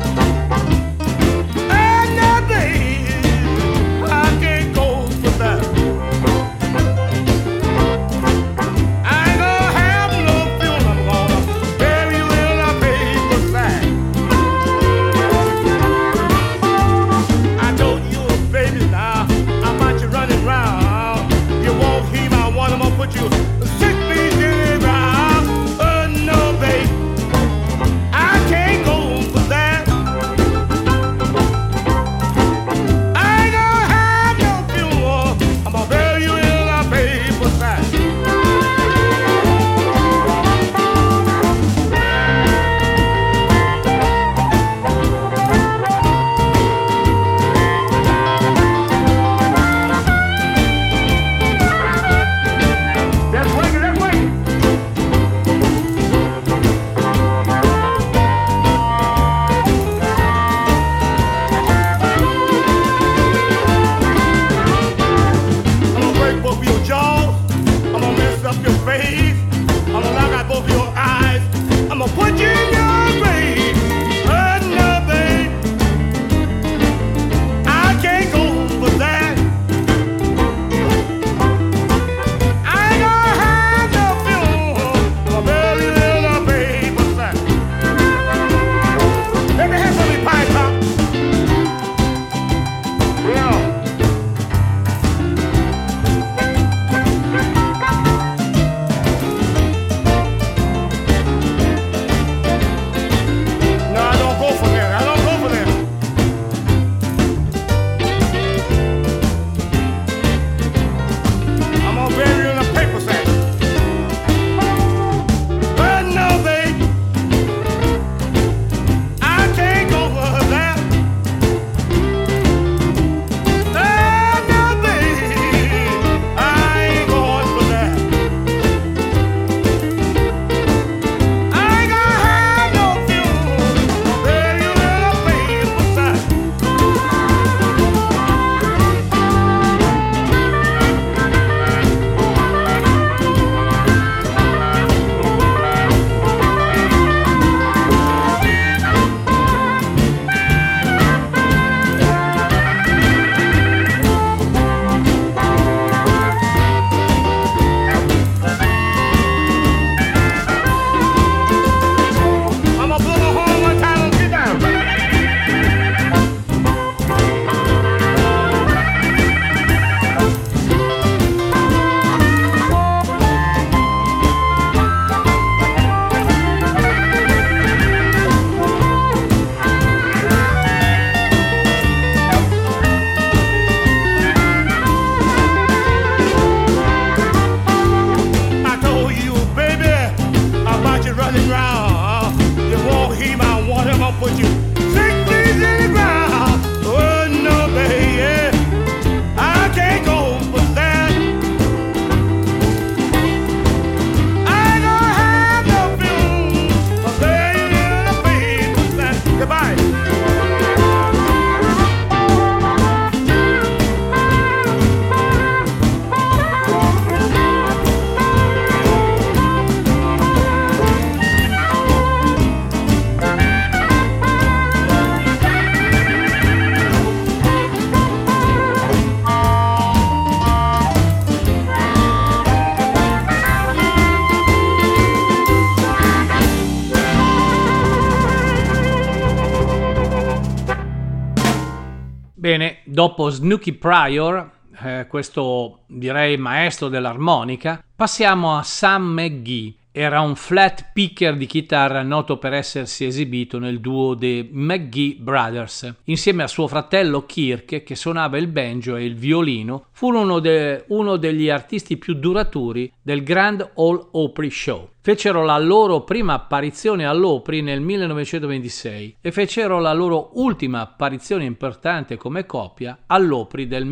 Bene, dopo Snooky Pryor, questo direi maestro dell'armonica, passiamo a Sam McGee. Era un flat picker di chitarra noto per essersi esibito nel duo dei McGee Brothers. Insieme a suo fratello Kirk, che suonava il banjo e il violino, furono uno degli artisti più duraturi del Grand Ole Opry Show. Fecero la loro prima apparizione all'Opry nel 1926 e fecero la loro ultima apparizione importante come coppia all'Opry del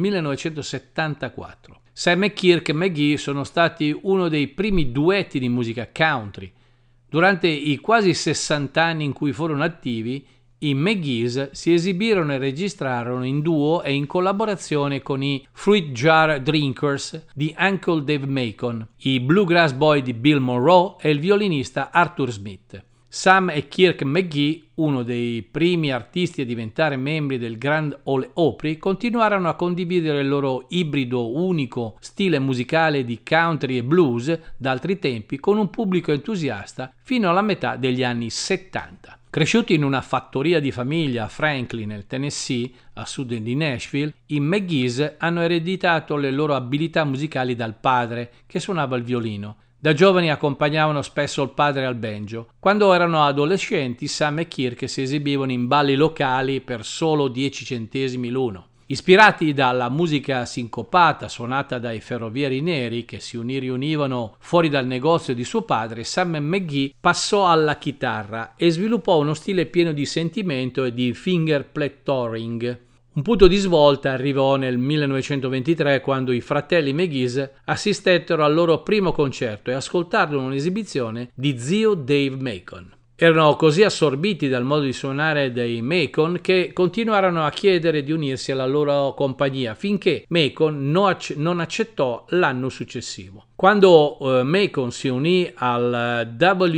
1974. Sam e Kirk McGee sono stati uno dei primi duetti di musica country. Durante i quasi 60 anni in cui furono attivi, i McGees si esibirono e registrarono in duo e in collaborazione con i Fruit Jar Drinkers di Uncle Dave Macon, i Bluegrass Boy di Bill Monroe e il violinista Arthur Smith. Sam e Kirk McGee, uno dei primi artisti a diventare membri del Grand Ole Opry, continuarono a condividere il loro ibrido unico stile musicale di country e blues d'altri tempi con un pubblico entusiasta fino alla metà degli anni 70. Cresciuti in una fattoria di famiglia a Franklin, nel Tennessee, a sud di Nashville, i McGees hanno ereditato le loro abilità musicali dal padre, che suonava il violino. Da giovani accompagnavano spesso il padre al banjo. Quando erano adolescenti, Sam e Kirk si esibivano in balli locali per solo 10 centesimi l'uno. Ispirati dalla musica sincopata suonata dai ferrovieri neri che si riunivano fuori dal negozio di suo padre, Sam McGee passò alla chitarra e sviluppò uno stile pieno di sentimento e di finger plettering. Un punto di svolta arrivò nel 1923 quando i fratelli McGee assistettero al loro primo concerto e ascoltarono un'esibizione di zio Dave Macon. Erano così assorbiti dal modo di suonare dei Macon che continuarono a chiedere di unirsi alla loro compagnia finché Macon non accettò l'anno successivo. Quando Macon si unì al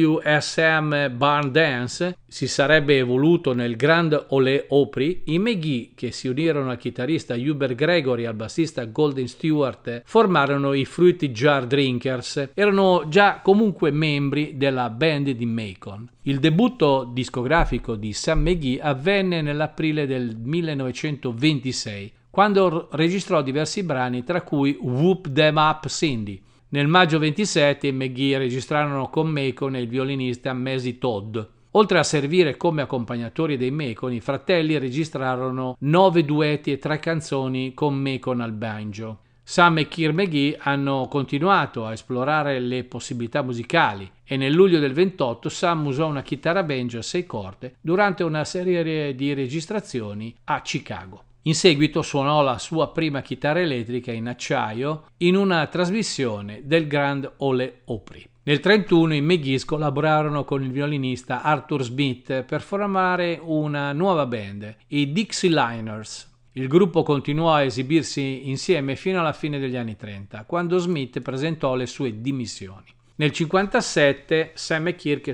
WSM Barn Dance, si sarebbe evoluto nel Grand Ole Opry, i McGee, che si unirono al chitarrista Hubert Gregory e al bassista Golden Stewart, formarono i Fruit Jar Drinkers. Erano già comunque membri della band di Macon. Il debutto discografico di Sam McGee avvenne nell'aprile del 1926, quando registrò diversi brani, tra cui Whoop Them Up Cindy. Nel maggio 27 i McGee registrarono con Macon e il violinista Maisie Todd. Oltre a servire come accompagnatori dei Macon, i fratelli registrarono 9 duetti e 3 canzoni con Macon al banjo. Sam e Kirk McGee hanno continuato a esplorare le possibilità musicali e nel luglio del 28 Sam usò una chitarra banjo a 6 corde durante una serie di registrazioni a Chicago. In seguito suonò la sua prima chitarra elettrica in acciaio in una trasmissione del Grand Ole Opry. Nel 1931 i McGee collaborarono con il violinista Arthur Smith per formare una nuova band, i Dixie Liners. Il gruppo continuò a esibirsi insieme fino alla fine degli anni 30, quando Smith presentò le sue dimissioni. Nel 1957 Sam e Kirk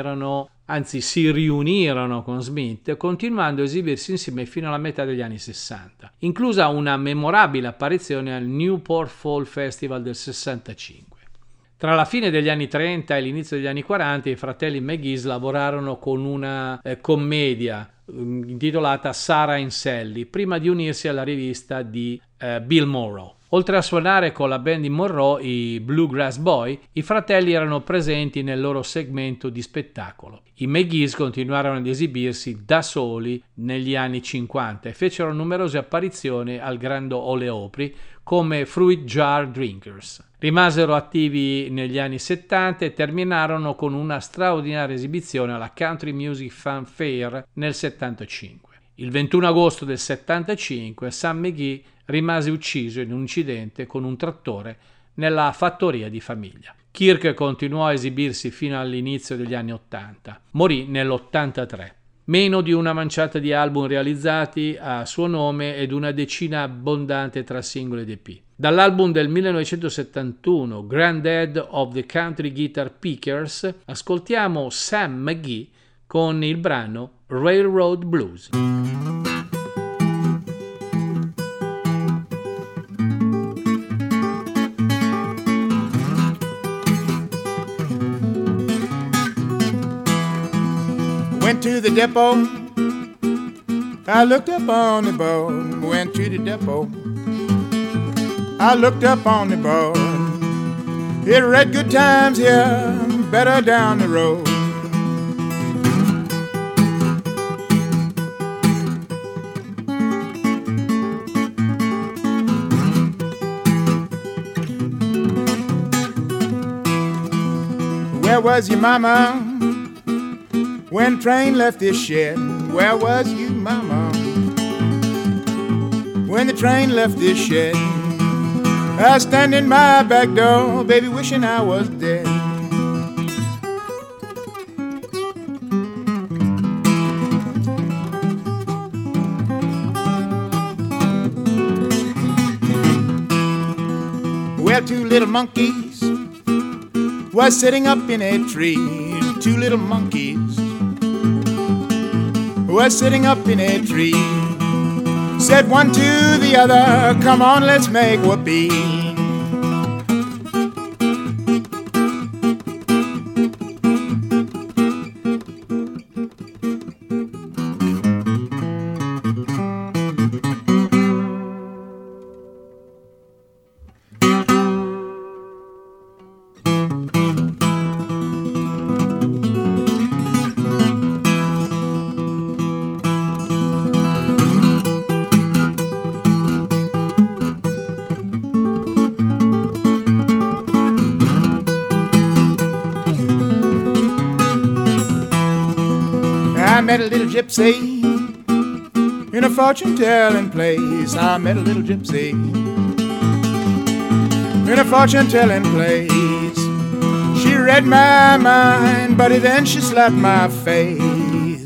si riunirono con Smith, continuando a esibirsi insieme fino alla metà degli anni 60, inclusa una memorabile apparizione al Newport Fall Festival del 65. Tra la fine degli anni 30 e l'inizio degli anni 40 i fratelli McGee lavorarono con una commedia intitolata Sarah and Sally, prima di unirsi alla rivista di Bill Monroe. Oltre a suonare con la band di Monroe, i Bluegrass Boy, i fratelli erano presenti nel loro segmento di spettacolo. I McGee continuarono ad esibirsi da soli negli anni 50 e fecero numerose apparizioni al Grand Ole Opry come Fruit Jar Drinkers. Rimasero attivi negli anni 70 e terminarono con una straordinaria esibizione alla Country Music Fanfare nel 75. Il 21 agosto del 75 Sam McGee rimase ucciso in un incidente con un trattore nella fattoria di famiglia. Kirk continuò a esibirsi fino all'inizio degli anni 80. Morì nell'83. Meno di una manciata di album realizzati a suo nome ed una decina abbondante tra singoli ed EP. Dall'album del 1971, Granddad of the Country Guitar Pickers, ascoltiamo Sam McGee con il brano Railroad Blues. Went to the depot, I looked up on the boat, went to the depot. I looked up on the boat. It read good times here, better down the road. Where was your mama when train left this shed? Where was you, mama, when the train left this shed? I stand in my back door, baby, wishing I was dead. Well, two little monkeys was sitting up in a tree. Two little monkeys was sitting up in a tree. Said one to the other, come on, let's make whoopee. I met a little gypsy in a fortune-telling place. I met a little gypsy in a fortune-telling place. She read my mind, but then she slapped my face.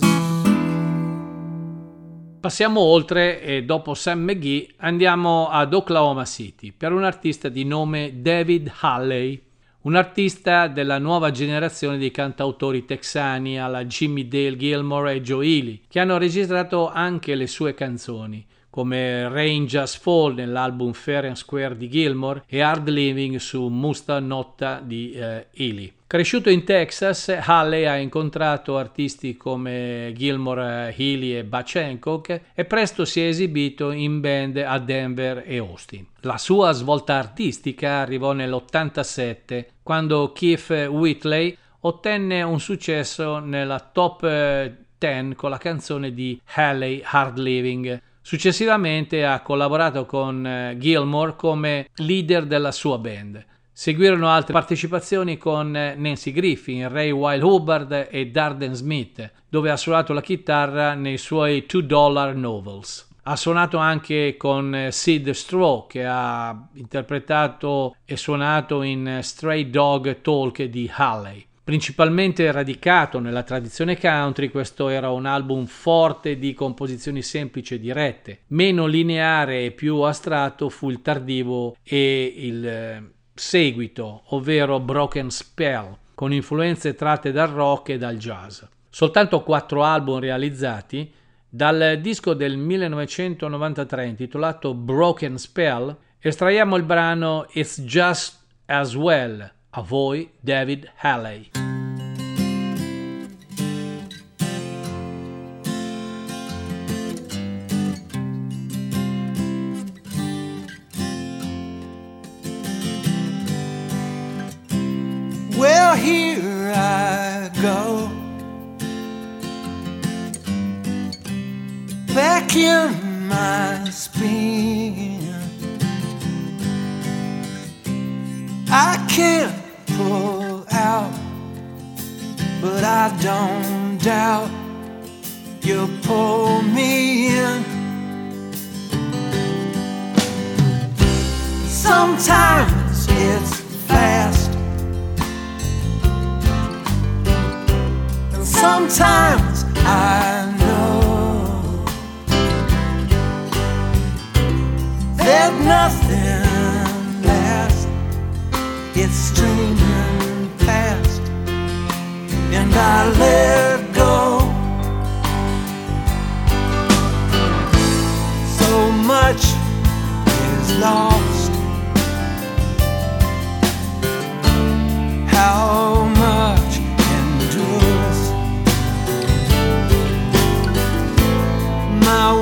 Passiamo oltre e dopo Sam McGee andiamo ad Oklahoma City per un artista di nome David Haley. Un artista della nuova generazione di cantautori texani alla Jimmy Dale Gilmore e Joe Ely, che hanno registrato anche le sue canzoni, come Rain Just Fall nell'album Fair and Square di Gilmore e Hard Living su Musta Notta di Ely. Cresciuto in Texas, Haley ha incontrato artisti come Gilmore, Healy e Butch Hancock e presto si è esibito in band a Denver e Austin. La sua svolta artistica arrivò nell'87, quando Keith Whitley ottenne un successo nella top 10 con la canzone di Haley, Hard Living. Successivamente ha collaborato con Gilmore come leader della sua band. Seguirono altre partecipazioni con Nancy Griffin, Ray Wylie Hubbard e Darden Smith, dove ha suonato la chitarra nei suoi $2 Novels. Ha suonato anche con Sid Straw, che ha interpretato e suonato in Stray Dog Talk di Haley. Principalmente radicato nella tradizione country, questo era un album forte di composizioni semplici e dirette. Meno lineare e più astratto fu il tardivo e il seguito, ovvero Broken Spell, con influenze tratte dal rock e dal jazz. Soltanto 4 album realizzati. Dal disco del 1993 intitolato Broken Spell estraiamo il brano It's Just As Well. A voi David Haley. Well, here I go, back in my spin. I can't pull out, but I don't doubt you'll pull me in. Sometimes it's fast, and sometimes I know there's nothing last. It's streaming past, and I let go. So much is lost. How much endures? My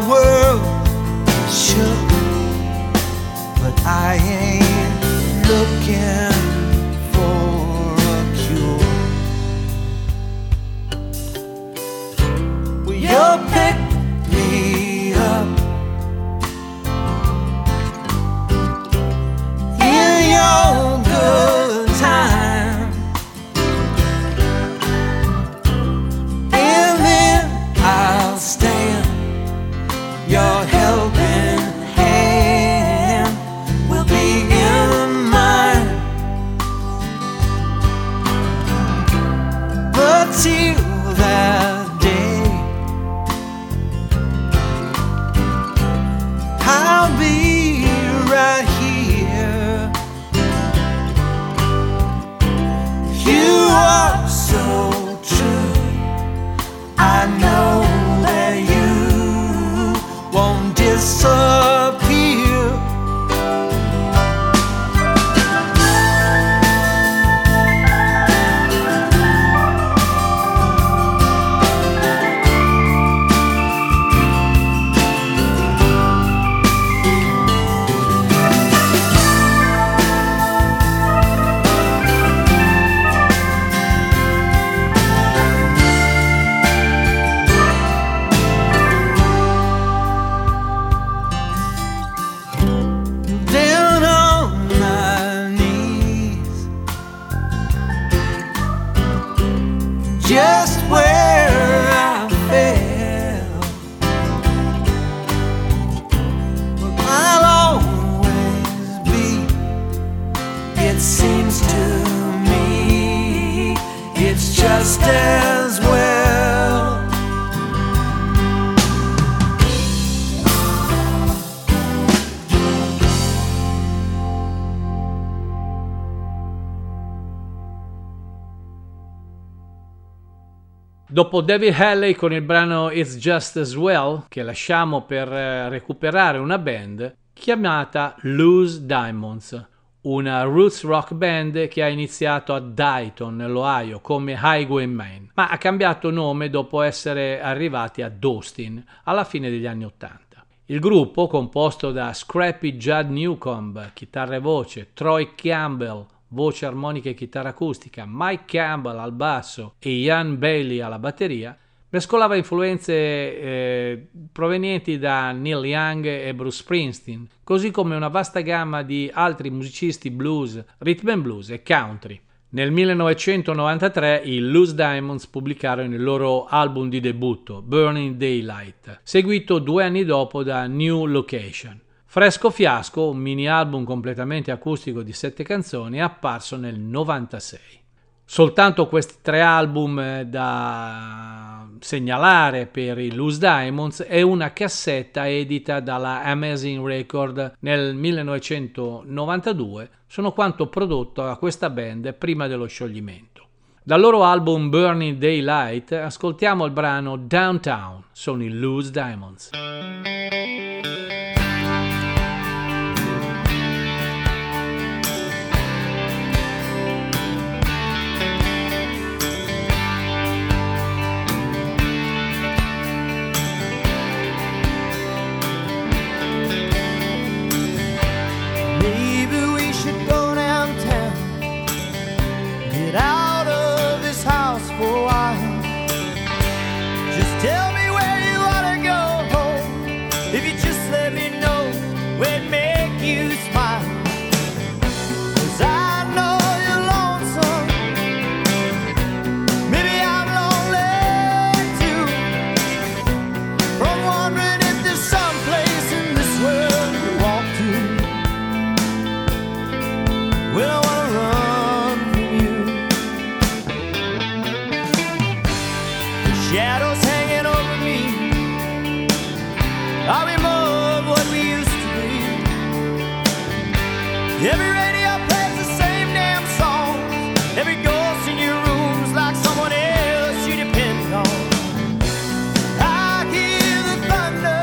Dopo David Haley con il brano It's Just As Well, che lasciamo per recuperare una band chiamata Loose Diamonds, una roots rock band che ha iniziato a Dayton, nell'Ohio, come Highwaymen, ma ha cambiato nome dopo essere arrivati ad Austin alla fine degli anni '80. Il gruppo, composto da Scrappy Judd Newcomb, chitarra e voce, Troy Campbell, voce armonica e chitarra acustica, Mike Campbell al basso e Ian Bailey alla batteria, mescolava influenze provenienti da Neil Young e Bruce Springsteen, così come una vasta gamma di altri musicisti blues, rhythm and blues e country. Nel 1993 i Loose Diamonds pubblicarono il loro album di debutto, Burning Daylight, seguito 2 anni dopo da New Location. Fresco Fiasco, un mini album completamente acustico di 7 canzoni, è apparso nel 96. Soltanto questi 3 album da segnalare per i Loose Diamonds e una cassetta edita dalla Amazing Record nel 1992 sono quanto prodotto da questa band prima dello scioglimento. Dal loro album Burning Daylight ascoltiamo il brano Downtown, sono i Loose Diamonds. Out of this house for a while. Just tell me where you wanna go home. If you just let me know where'd make you smile. 'Cause I know you're lonesome. Maybe I'm lonely too. From wondering if there's some place in this world you walk to. Well, I wanna run. Shadows hanging over me. Are we more of what we used to be? Every radio plays the same damn song. Every ghost in your room's like someone else you depend on. I hear the thunder,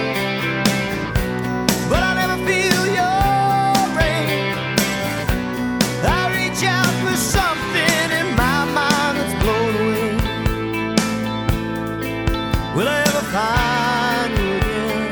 but I never feel your rain. I reach out for something in my mind that's blown away. Will I ever find you again?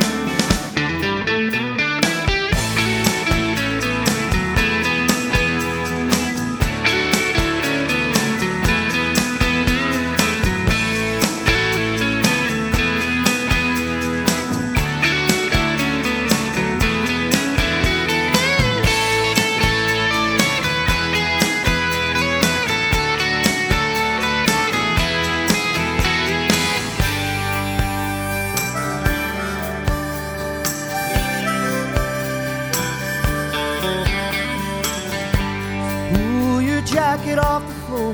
Jacket off the floor.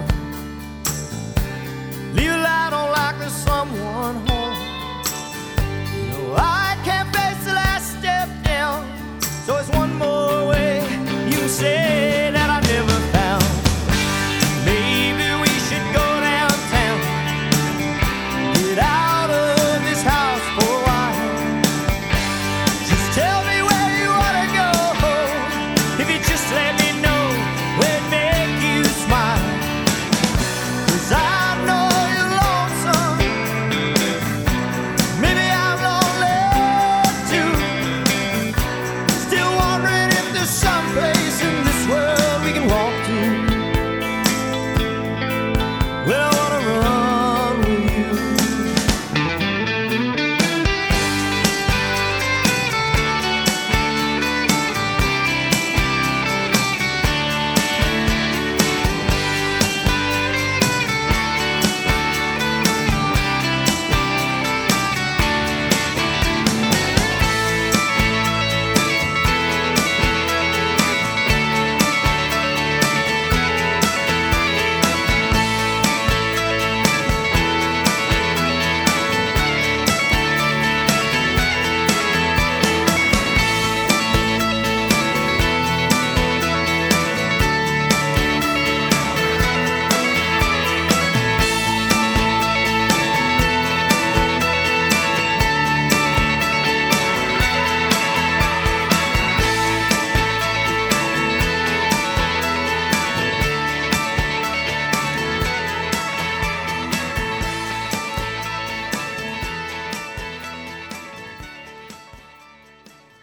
Leave a light on like there's someone home. You know I can't face the last step down, so it's one more way you can say that I never found. Maybe we should go downtown, get out of this house for a while. Just tell me where you wanna go, if you just let me know where it makes you smile.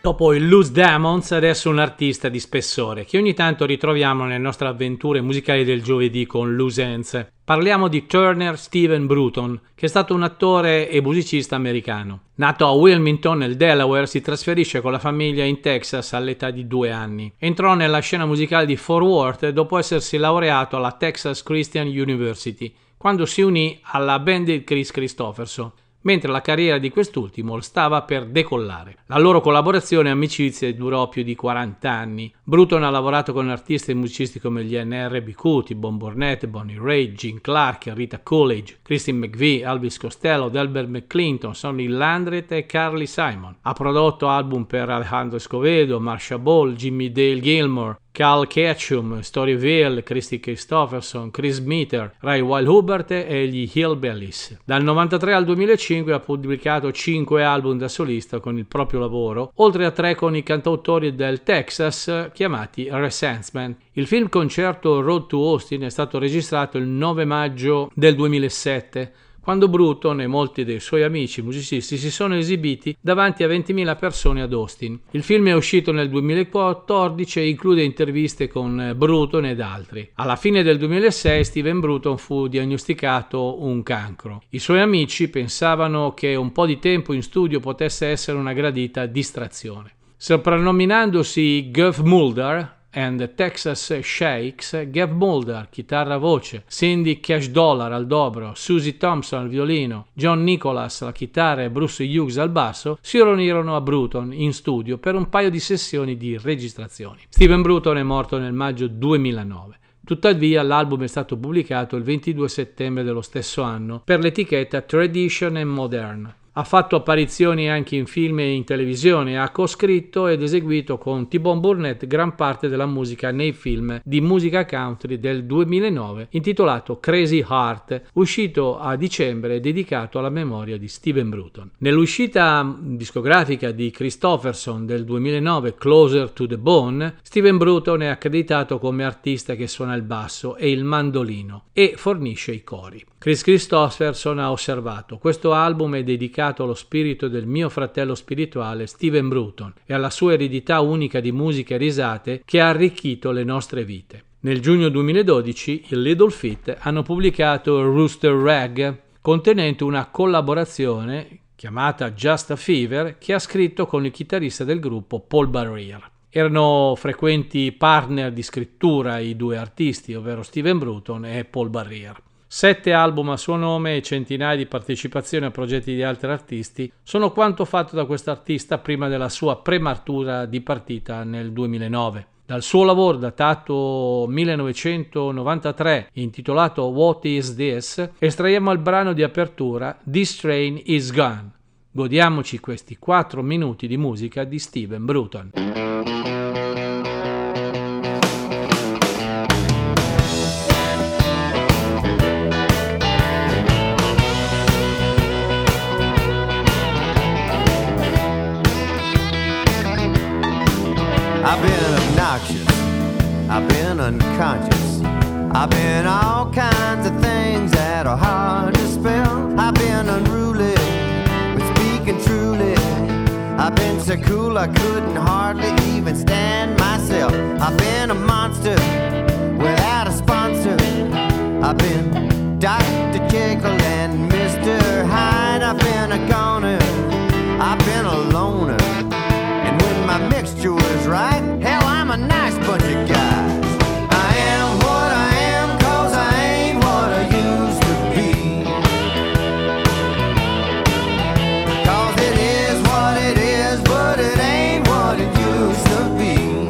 Dopo il Loose Demons, adesso un artista di spessore che ogni tanto ritroviamo nelle nostre avventure musicali del giovedì con Loose Ends. Parliamo di Turner Stephen Bruton, che è stato un attore e musicista americano. Nato a Wilmington, nel Delaware, si trasferisce con la famiglia in Texas all'età di 2 anni. Entrò nella scena musicale di Fort Worth dopo essersi laureato alla Texas Christian University, quando si unì alla band di Kris Kristofferson, mentre la carriera di quest'ultimo stava per decollare. La loro collaborazione e amicizia durò più di 40 anni. Bruton ha lavorato con artisti e musicisti come gli NRBQ, T-Bone Burnett, Bonnie Raitt, Gene Clark, Rita Coolidge, Christine McVie, Elvis Costello, Delbert McClinton, Sonny Landreth e Carly Simon. Ha prodotto album per Alejandro Escovedo, Marsha Ball, Jimmy Dale Gilmore, Cal Ketchum, Storyville, Christy Kristofferson, Chris Meter, Ray Wild Hubert e gli Hillbillies. Dal 93 al 2005 ha pubblicato 5 album da solista con il proprio lavoro, oltre a 3 con i cantautori del Texas chiamati Resentsman. Il film concerto Road to Austin è stato registrato il 9 maggio del 2007, quando Bruton e molti dei suoi amici musicisti si sono esibiti davanti a 20.000 persone ad Austin. Il film è uscito nel 2014 e include interviste con Bruton ed altri. Alla fine del 2006 Stephen Bruton fu diagnosticato un cancro. I suoi amici pensavano che un po' di tempo in studio potesse essere una gradita distrazione. Soprannominandosi Geoff Mulder and the Texas Shakes, Gav Mulder, chitarra voce, Cindy Cash Dollar al dobro, Susie Thompson al violino, John Nicholas alla chitarra e Bruce Hughes al basso, si riunirono a Bruton in studio per un paio di sessioni di registrazioni. Stephen Bruton è morto nel maggio 2009. Tuttavia l'album è stato pubblicato il 22 settembre dello stesso anno per l'etichetta Tradition and Modern. Ha fatto apparizioni anche in film e in televisione, ha coscritto ed eseguito con T-Bone Burnett gran parte della musica nei film di musica country del 2009 intitolato Crazy Heart, uscito a dicembre e dedicato alla memoria di Stephen Bruton. Nell'uscita discografica di Kristofferson del 2009, Closer to the Bone, Stephen Bruton è accreditato come artista che suona il basso e il mandolino e fornisce i cori. Kris Kristofferson ha osservato: questo album è dedicato allo spirito del mio fratello spirituale Stephen Bruton e alla sua eredità unica di musica e risate che ha arricchito le nostre vite. Nel giugno 2012 i Little Feat hanno pubblicato Rooster Rag, contenente una collaborazione chiamata Just a Fever che ha scritto con il chitarrista del gruppo Paul Barriere. Erano frequenti partner di scrittura i due artisti, ovvero Stephen Bruton e Paul Barriere. 7 album a suo nome e centinaia di partecipazioni a progetti di altri artisti sono quanto fatto da quest'artista prima della sua prematura di partita nel 2009. Dal suo lavoro datato 1993 intitolato What Is This estraiamo il brano di apertura This Train Is Gone. Godiamoci questi 4 minuti di musica di Stephen Bruton. I've been obnoxious, I've been unconscious, I've been all kinds of things that are hard to spell. I've been unruly, but speaking truly, I've been so cool I couldn't hardly even stand myself. I've been a monster without a sponsor. I've been Dr. Jekyll and Mr. Hyde. I've been a goner, I've been a loner, and when my mixture was right, hell, I'm a nice bunch of guys. I am what I am 'cause I ain't what I used to be. 'Cause it is what it is, but it ain't what it used to be.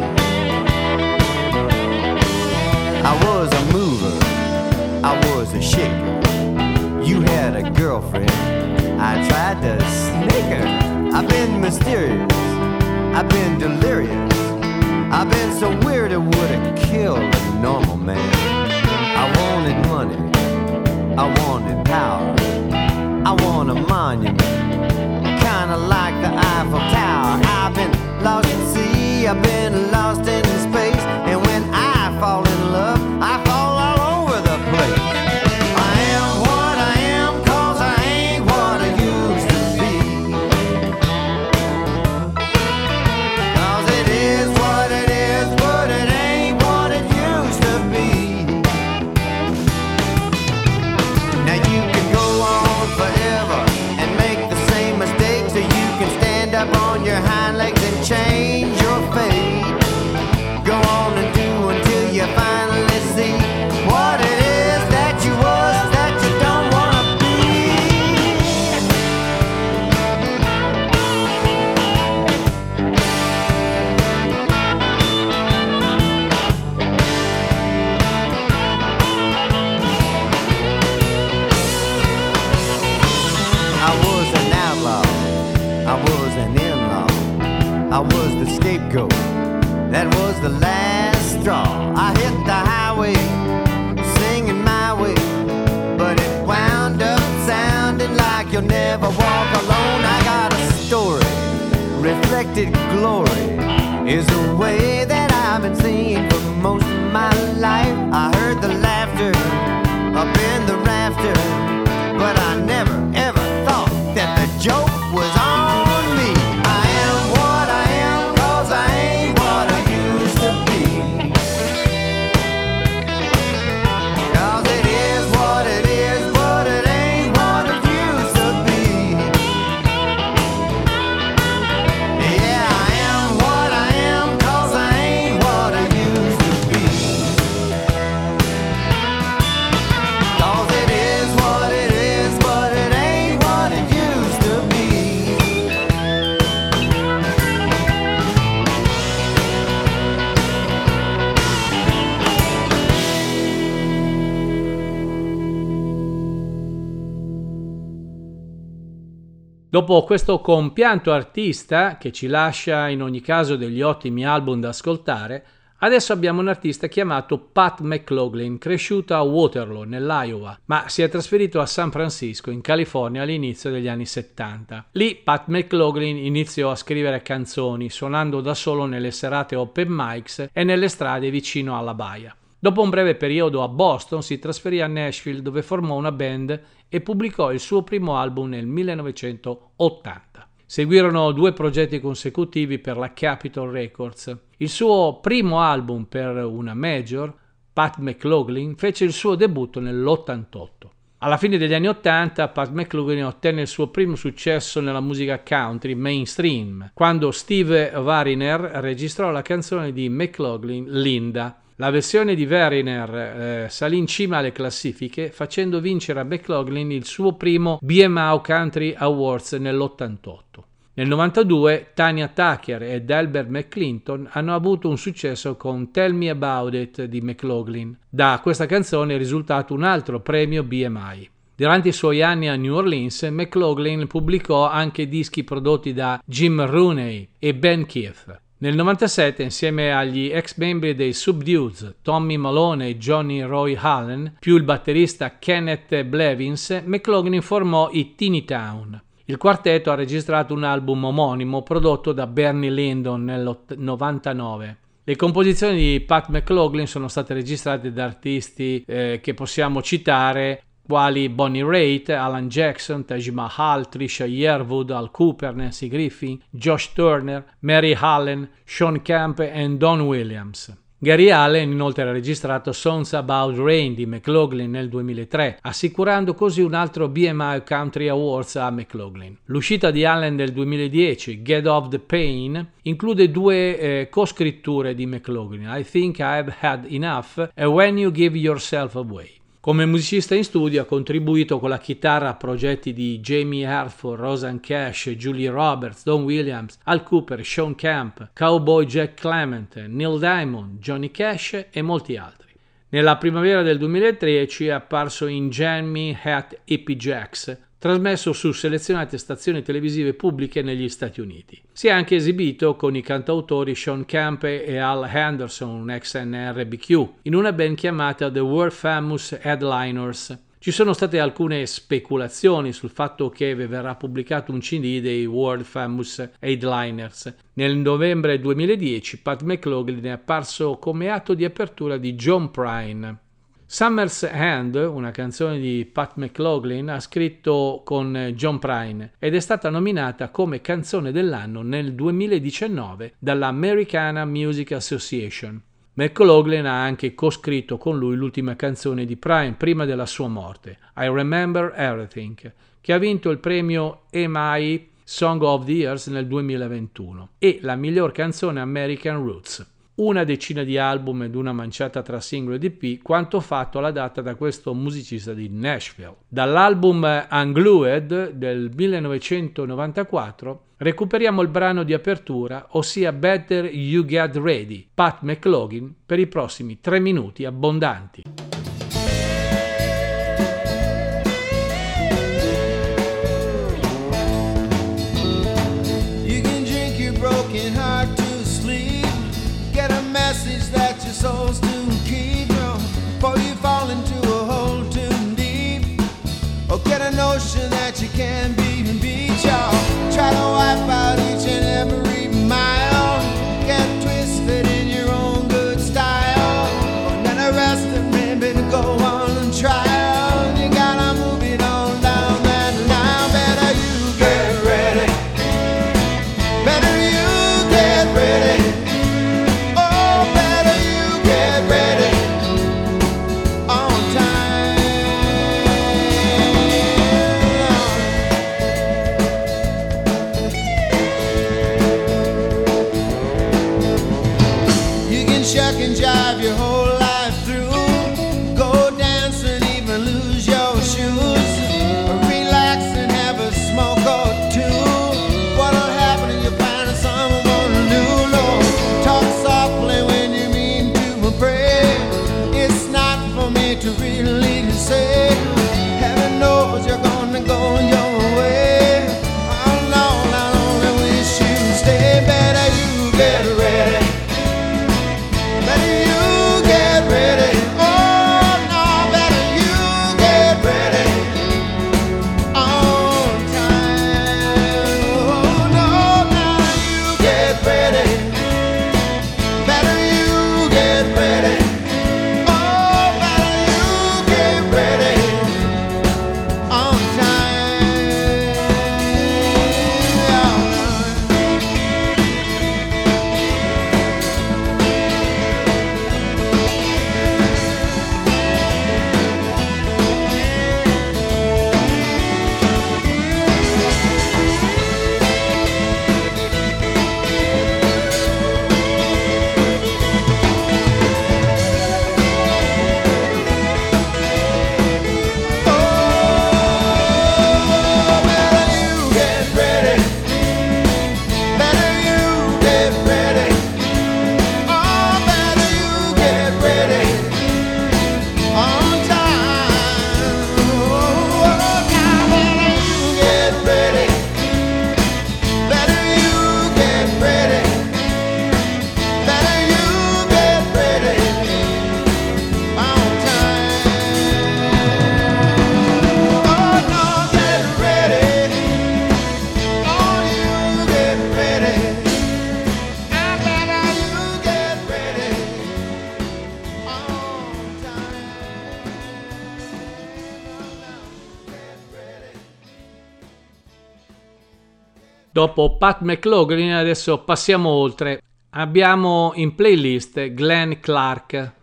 I was a mover, I was a shaker. You had a girlfriend, I tried to snake her. I've been mysterious, I've been delirious, I've been so weird it would have killed a normal man. I wanted money, I wanted power, I want a monument, kinda like the Eiffel Tower. I've been lost in sea, I've been lost in space, and when I fall in love, I fall all over the place. I am what I am 'cause I ain't what I used to be. up on your hind legs and change your fate. Go on and do until you finally see what it is that you was that you don't wanna be. I was an outlaw, I was an in-law, I was the scapegoat, that was the last straw. I hit the highway, singing my way, but it wound up sounding like you'll never walk alone. I got a story, reflected glory is the way that I've been seeing for most of my life. I heard the laughter up in the rafters, but I never ever thought that the joke was on me. I am what I am 'cause I ain't what I used to be. 'Cause it is what it is, but it ain't what it used to be. Yeah, I am what I am 'cause I ain't what I used to be. 'Cause it is what it is, but it ain't what it used to be. Dopo questo compianto artista, che ci lascia in ogni caso degli ottimi album da ascoltare, adesso abbiamo un artista chiamato Pat McLaughlin, cresciuto a Waterloo, nell'Iowa, ma si è trasferito a San Francisco, in California, all'inizio degli anni 70. Lì Pat McLaughlin iniziò a scrivere canzoni, suonando da solo nelle serate open mics e nelle strade vicino alla baia. Dopo un breve periodo a Boston si trasferì a Nashville, dove formò una band e pubblicò il suo primo album nel 1980. Seguirono 2 progetti consecutivi per la Capitol Records. Il suo primo album per una major, Pat McLaughlin, fece il suo debutto nell'88. Alla fine degli anni 80 Pat McLaughlin ottenne il suo primo successo nella musica country mainstream, quando Steve Wariner registrò la canzone di McLaughlin, Linda. La versione di Wariner salì in cima alle classifiche, facendo vincere a McLaughlin il suo primo BMI Country Awards nell'88. Nel 92 Tanya Tucker ed Albert McClinton hanno avuto un successo con Tell Me About It di McLaughlin. Da questa canzone è risultato un altro premio BMI. Durante i suoi anni a New Orleans, McLaughlin pubblicò anche dischi prodotti da Jim Rooney e Ben Keith. Nel 97, insieme agli ex membri dei Subdueds, Tommy Malone e Johnny Roy Allen, più il batterista Kenneth Blevins, McLaughlin formò i Teeny Town. Il quartetto ha registrato un album omonimo prodotto da Bernie Lyndon nel 99. Le composizioni di Pat McLaughlin sono state registrate da artisti che possiamo citare, quali Bonnie Raitt, Alan Jackson, Taj Mahal, Trisha Yearwood, Al Cooper, Nancy Griffin, Josh Turner, Mary Allen, Sean Camp e Don Williams. Gary Allen inoltre ha registrato Songs About Rain di McLaughlin nel 2003, assicurando così un altro BMI Country Awards a McLaughlin. L'uscita di Allen del 2010, Get Off the Pain, include 2 coscritture di McLaughlin, I Think I've Had Enough e When You Give Yourself Away. Come musicista in studio ha contribuito con la chitarra a progetti di Jamie Hartford, Rosanne Cash, Julie Roberts, Don Williams, Al Cooper, Sean Camp, Cowboy Jack Clement, Neil Diamond, Johnny Cash e molti altri. Nella primavera del 2013 è apparso in Jam Me at Hippie Jacks, trasmesso su selezionate stazioni televisive pubbliche negli Stati Uniti. Si è anche esibito con i cantautori Sean Camp e Al Henderson, ex NRBQ, in una band chiamata The World Famous Headliners. Ci sono state alcune speculazioni sul fatto che verrà pubblicato un CD dei World Famous Headliners. Nel novembre 2010 Pat McLaughlin è apparso come atto di apertura di John Prine. Summer's End, una canzone di Pat McLaughlin, ha scritto con John Prine ed è stata nominata come canzone dell'anno nel 2019 dalla Americana Music Association. McLaughlin ha anche coscritto con lui l'ultima canzone di Prine prima della sua morte, I Remember Everything, che ha vinto il premio EMI Song of the Years nel 2021, e la miglior canzone American Roots. Una decina di album ed una manciata tra singolo ed EP, quanto fatto alla data da questo musicista di Nashville. Dall'album Unglued del 1994 recuperiamo il brano di apertura, ossia Better You Get Ready, Pat McLaughlin, per i prossimi 3 minuti abbondanti. You can drink your broken heart to sleep, get a message that your soul's to keep, before you fall into a hole too deep, or get a notion that you can't be beat, y'all. Try to wipe out each and every mile, get twisted in your own good style, and then arrest and maybe go on trial. You gotta move it on down that line. Better you get ready, better you get ready, oh better you get ready on time. You can shuck and jive your whole life through, go dance and even lose your shoes, or relax and have a smoke or two. What'll happen if you find someone new? Lord, talk softly when you mean to pray. It's not for me to really say. Heaven knows you're gonna go your way. Oh no, I only wish you stay. Better you get ready, better you get ready. Oh no, better you get ready on time. Oh no, better you get ready, better you get ready. Oh, better you get ready on time. Dopo Pat McLaughlin adesso passiamo oltre. Abbiamo in playlist Glenn Clark,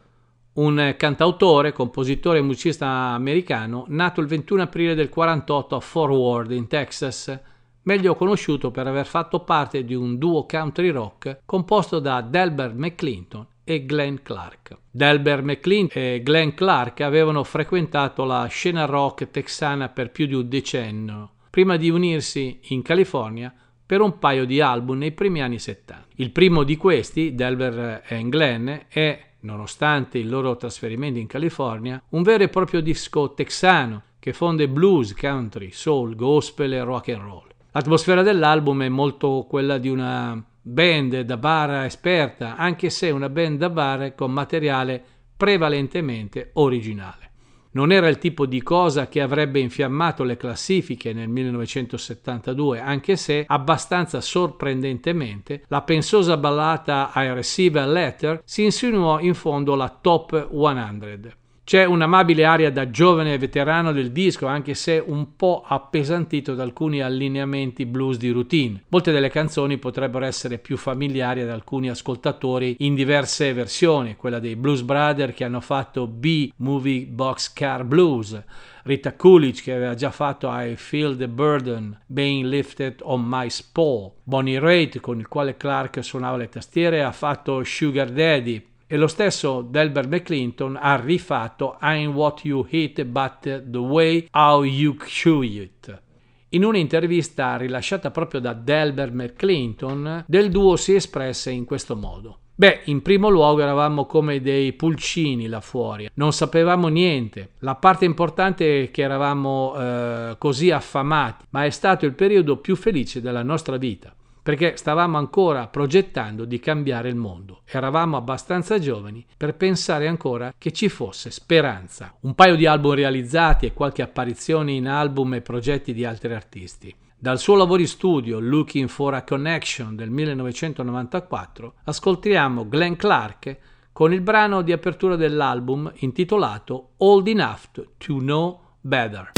un cantautore, compositore e musicista americano nato il 21 aprile del 48 a Fort Worth in Texas, meglio conosciuto per aver fatto parte di un duo country rock composto da Delbert McClinton e Glenn Clark. Delbert McClinton e Glenn Clark avevano frequentato la scena rock texana per più di un decennio, prima di unirsi in California per un paio di album nei primi anni 70. Il primo di questi, Delbert e Glenn, è, nonostante il loro trasferimento in California, un vero e proprio disco texano che fonde blues, country, soul, gospel e rock and roll. L'atmosfera dell'album è molto quella di una band da bar esperta, anche se una band da bar con materiale prevalentemente originale. Non era il tipo di cosa che avrebbe infiammato le classifiche nel 1972, anche se, abbastanza sorprendentemente, la pensosa ballata I Receive a Letter si insinuò in fondo alla Top 100. C'è un'amabile aria da giovane veterano del disco, anche se un po' appesantito da alcuni allineamenti blues di routine. Molte delle canzoni potrebbero essere più familiari ad alcuni ascoltatori in diverse versioni, quella dei Blues Brothers che hanno fatto B-Movie Boxcar Blues, Rita Coolidge che aveva già fatto I Feel the Burden Being Lifted on My Spool, Bonnie Raitt con il quale Clark suonava le tastiere ha fatto Sugar Daddy, e lo stesso Delbert McClinton ha rifatto I'm What You Hate But The Way How You Chew It. In un'intervista rilasciata proprio da Delbert McClinton, del duo si espresse in questo modo. Beh, in primo luogo eravamo come dei pulcini là fuori, non sapevamo niente. La parte importante è che eravamo così affamati, ma è stato il periodo più felice della nostra vita, perché stavamo ancora progettando di cambiare il mondo. Eravamo abbastanza giovani per pensare ancora che ci fosse speranza. Un paio di album realizzati e qualche apparizione in album e progetti di altri artisti. Dal suo lavoro in studio Looking for a Connection del 1994 ascoltiamo Glenn Clark con il brano di apertura dell'album intitolato Old Enough to Know Better.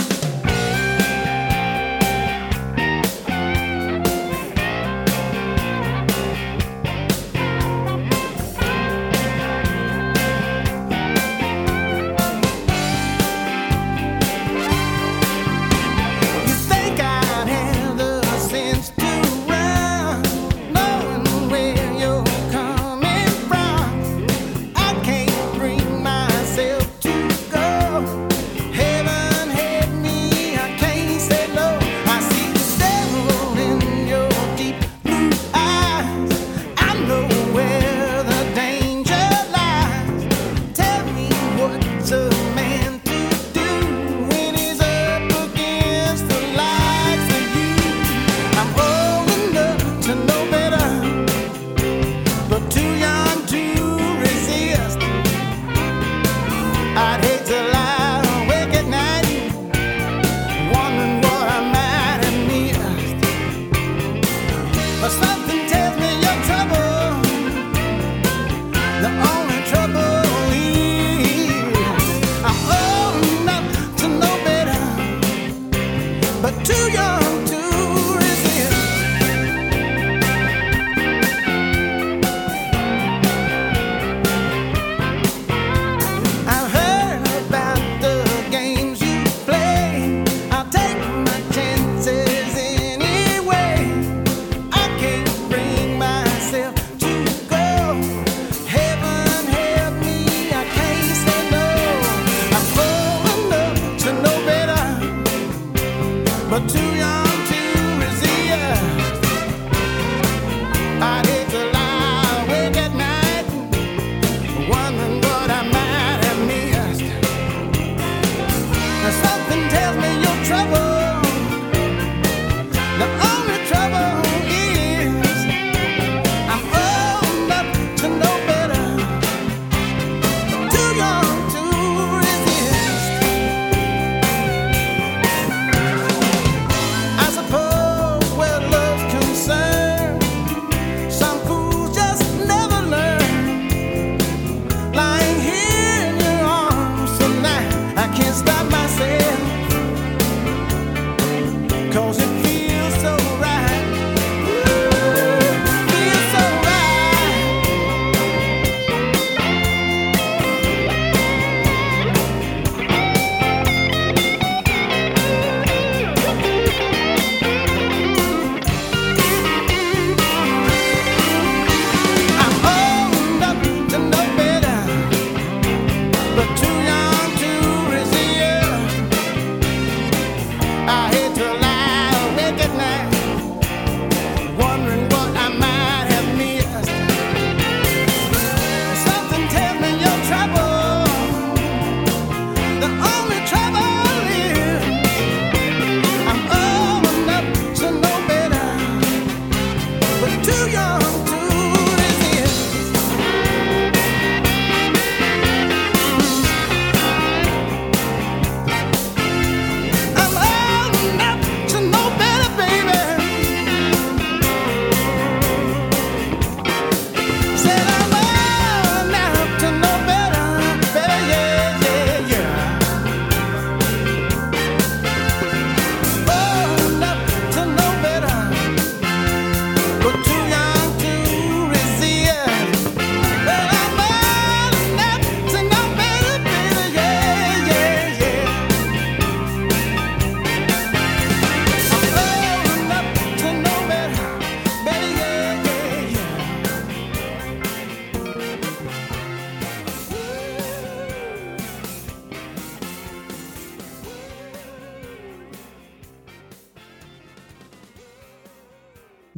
Can't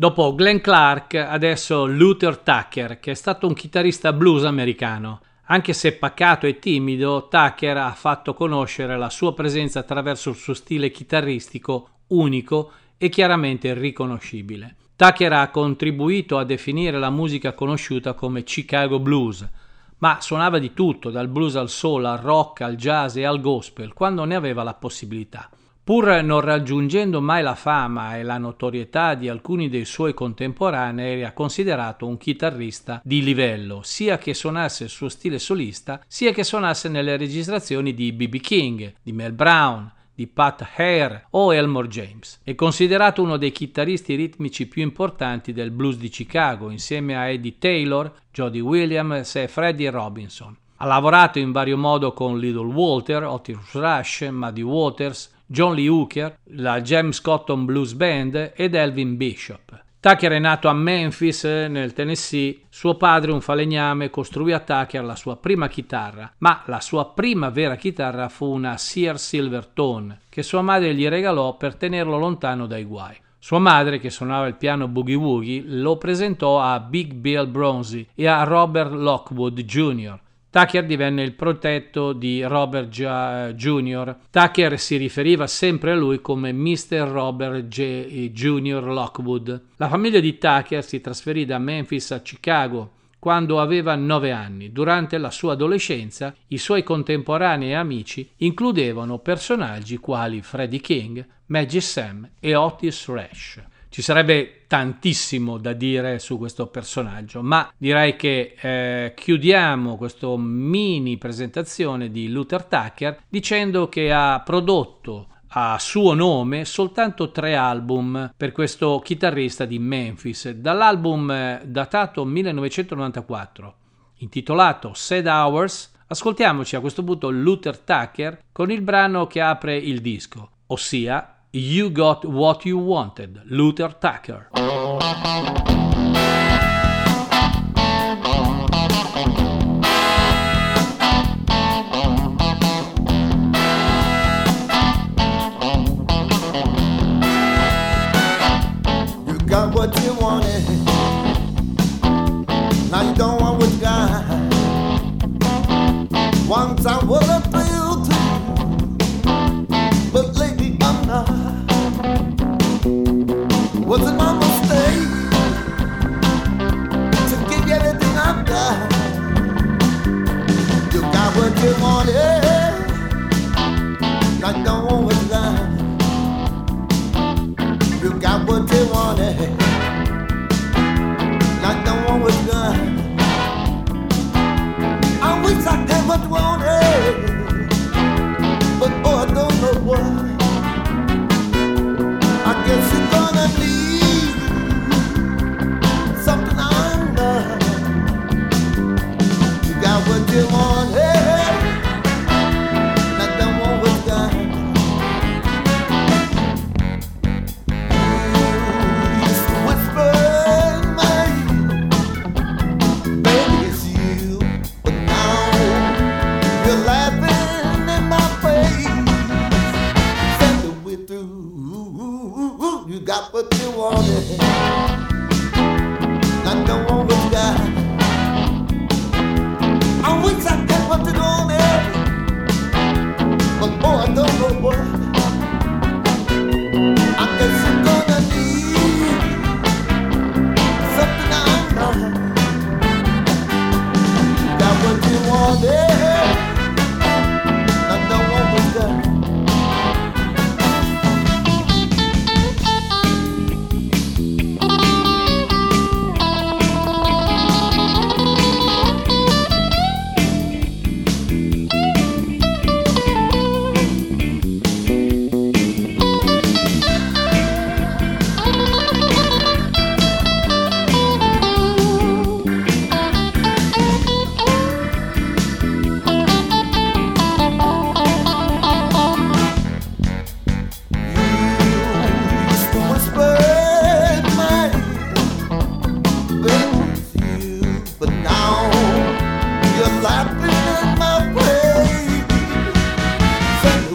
Dopo Glenn Clark, adesso Luther Tucker, che è stato un chitarrista blues americano. Anche se pacato e timido, Tucker ha fatto conoscere la sua presenza attraverso il suo stile chitarristico unico e chiaramente riconoscibile. Tucker ha contribuito a definire la musica conosciuta come Chicago Blues, ma suonava di tutto, dal blues al soul, al rock, al jazz e al gospel, quando ne aveva la possibilità. Pur non raggiungendo mai la fama e la notorietà di alcuni dei suoi contemporanei, era considerato un chitarrista di livello, sia che suonasse il suo stile solista, sia che suonasse nelle registrazioni di B.B. King, di Mel Brown, di Pat Hare o Elmore James. È considerato uno dei chitarristi ritmici più importanti del blues di Chicago, insieme a Eddie Taylor, Jody Williams e Freddie Robinson. Ha lavorato in vario modo con Little Walter, Otis Rush, Muddy Waters, John Lee Hooker, la James Cotton Blues Band ed Elvin Bishop. Tucker è nato a Memphis, nel Tennessee. Suo padre, un falegname, costruì a Tucker la sua prima chitarra, ma la sua prima vera chitarra fu una Sears Silvertone che sua madre gli regalò per tenerlo lontano dai guai. Sua madre, che suonava il piano boogie woogie, lo presentò a Big Bill Bronzy e a Robert Lockwood Jr. Tucker divenne il protetto di Robert Jr. Tucker si riferiva sempre a lui come Mr. Robert J. Jr. Lockwood. La famiglia di Tucker si trasferì da Memphis a Chicago quando aveva 9 anni. Durante la sua adolescenza, i suoi contemporanei e amici includevano personaggi quali Freddie King, Magic Sam e Otis Rush. Ci sarebbe tantissimo da dire su questo personaggio, ma direi che chiudiamo questa mini presentazione di Luther Tucker dicendo che ha prodotto a suo nome soltanto 3 album per questo chitarrista di Memphis. Dall'album datato 1994, intitolato Sad Hours, ascoltiamoci a questo punto Luther Tucker con il brano che apre il disco, ossia You Got What You Wanted, Luther Tucker. You got what you wanted, now you don't want what you got. Once I was a thrill too, but lately I'm not. Was it my mistake to give you everything I've got? You got what you wanted, now you don't want what you got. You got what you wanted, now you don't want what you got. I wish I had what you wanted, but oh, I don't know what. I guess you're gonna need something I know. You got what you wanted, I don't want what you got. You used to whisper in my ear, baby it's you, but now you're laughing in my face. Said that we're through. You got what you wanted, I don't want what you got. I wish I got what you wanted, but boy I don't know what. I guess you're gonna need something I know. You got what you wanted, I don't want what you got.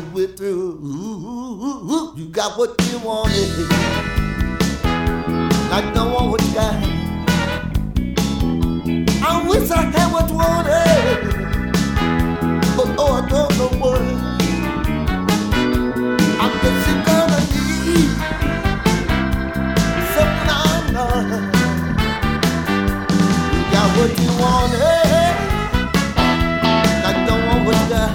What you wanted, now I don't want what you got. I wish I had what you wanted, but oh, I don't know what. I guess you're gonna need something I know. You got what you wanted, I don't want what you got.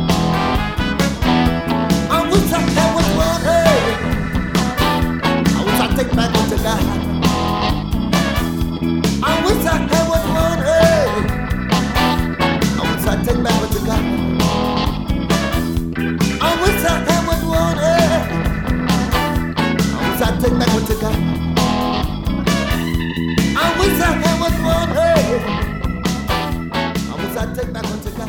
I wish I had what you wanted. I wish I take back what you got. I wish I had what you wanted. I wish I take back what you got. I wish I had what you wanted. I wish I take back what you got. I wish I had what you wanted. I wish I take back what you got.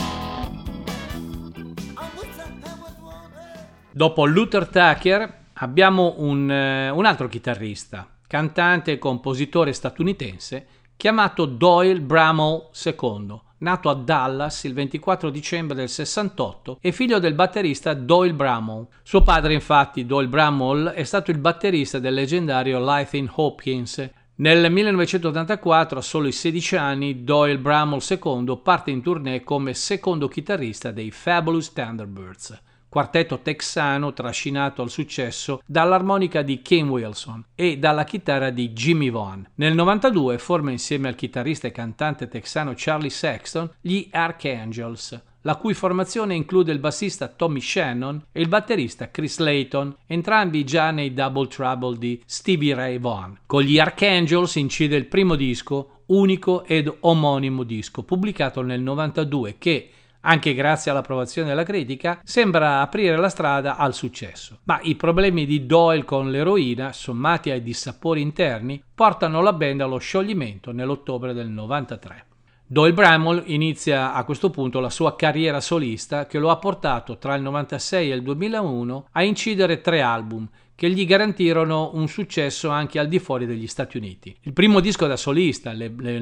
I wish I had what you wanted. Dopo Luther Tucker abbiamo un altro chitarrista, cantante e compositore statunitense chiamato Doyle Bramhall II, nato a Dallas il 24 dicembre del 68 e figlio del batterista Doyle Bramhall. Suo padre, infatti, Doyle Bramhall, è stato il batterista del leggendario Latham Hopkins. Nel 1984, a soli 16 anni, Doyle Bramhall II parte in tournée come secondo chitarrista dei Fabulous Thunderbirds, quartetto texano trascinato al successo dall'armonica di Kim Wilson e dalla chitarra di Jimmy Vaughan. Nel 92 forma insieme al chitarrista e cantante texano Charlie Sexton gli Archangels, la cui formazione include il bassista Tommy Shannon e il batterista Chris Layton, entrambi già nei Double Trouble di Stevie Ray Vaughan. Con gli Archangels incide il primo disco, unico ed omonimo disco, pubblicato nel 92 che, anche grazie all'approvazione della critica, sembra aprire la strada al successo. Ma i problemi di Doyle con l'eroina, sommati ai dissapori interni, portano la band allo scioglimento nell'ottobre del 93. Doyle Bramhall inizia a questo punto la sua carriera solista che lo ha portato tra il 96 e il 2001 a incidere 3 album che gli garantirono un successo anche al di fuori degli Stati Uniti. Il primo disco da solista,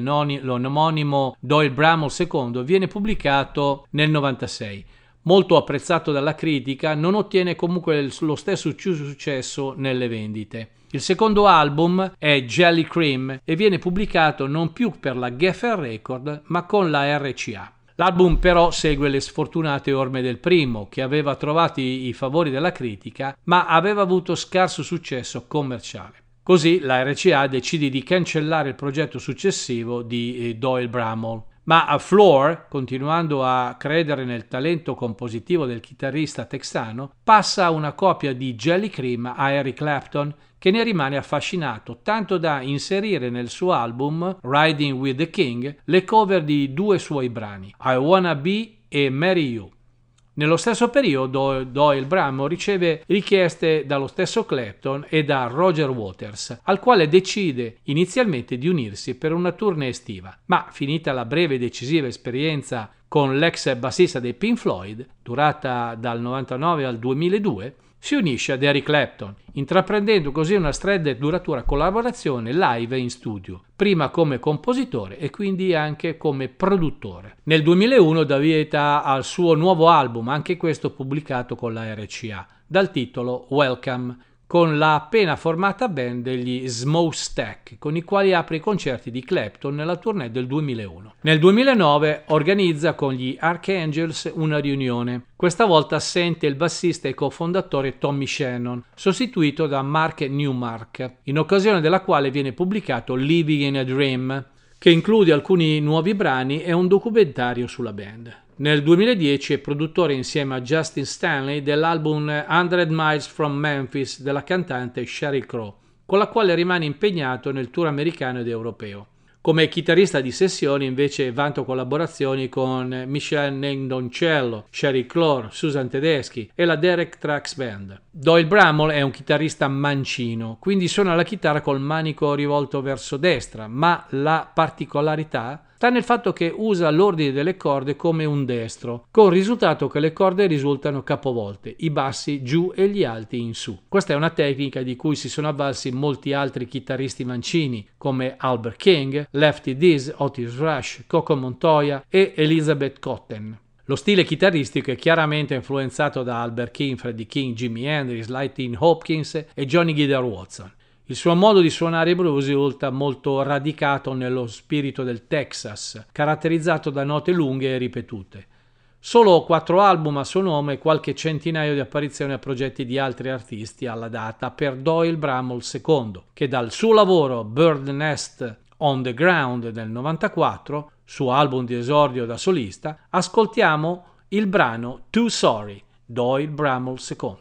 l'omonimo Doyle Bramhall II, viene pubblicato nel 96. Molto apprezzato dalla critica, non ottiene comunque lo stesso successo nelle vendite. Il secondo album è Jelly Cream e viene pubblicato non più per la Geffen Record ma con la RCA. L'album però segue le sfortunate orme del primo, che aveva trovato i favori della critica ma aveva avuto scarso successo commerciale. Così la RCA decide di cancellare il progetto successivo di Doyle Bramhall. Ma a Floor, continuando a credere nel talento compositivo del chitarrista texano, passa una copia di Jelly Cream a Eric Clapton, che ne rimane affascinato tanto da inserire nel suo album Riding with the King le cover di 2 suoi brani, I Wanna Be e Marry You. Nello stesso periodo Doyle Bramhall riceve richieste dallo stesso Clapton e da Roger Waters, al quale decide inizialmente di unirsi per una tournée estiva, ma finita la breve e decisiva esperienza con l'ex bassista dei Pink Floyd, durata dal 99 al 2002, si unisce ad Eric Clapton, intraprendendo così una stretta e duratura collaborazione live e in studio, prima come compositore e quindi anche come produttore. Nel 2001 dà vita al suo nuovo album, anche questo pubblicato con la RCA, dal titolo Welcome, con la appena formata band degli Smokestack, con i quali apre i concerti di Clapton nella tournée del 2001. Nel 2009 organizza con gli Archangels una riunione. Questa volta assente il bassista e cofondatore Tommy Shannon, sostituito da Mark Newmark, in occasione della quale viene pubblicato Living in a Dream, che include alcuni nuovi brani e un documentario sulla band. Nel 2010 è produttore insieme a Justin Stanley dell'album 100 Miles from Memphis della cantante Sheryl Crow, con la quale rimane impegnato nel tour americano ed europeo. Come chitarrista di sessioni invece vanta collaborazioni con Michelle Nendoncello, Sheryl Crow, Susan Tedeschi e la Derek Trucks Band. Doyle Bramhall è un chitarrista mancino, quindi suona la chitarra col manico rivolto verso destra, ma la particolarità sta nel fatto che usa l'ordine delle corde come un destro, con il risultato che le corde risultano capovolte, i bassi giù e gli alti in su. Questa è una tecnica di cui si sono avvalsi molti altri chitarristi mancini, come Albert King, Lefty Diz, Otis Rush, Coco Montoya e Elizabeth Cotten. Lo stile chitarristico è chiaramente influenzato da Albert King, Freddie King, Jimi Hendrix, Latham Hopkins e Johnny Guitar Watson. Il suo modo di suonare blues risulta molto radicato nello spirito del Texas, caratterizzato da note lunghe e ripetute. Solo 4 album a suo nome e qualche centinaio di apparizioni a progetti di altri artisti alla data per Doyle Bramhall II, che dal suo lavoro Bird Nest on the Ground del 94, suo album di esordio da solista, ascoltiamo il brano Too Sorry, Doyle Bramhall II.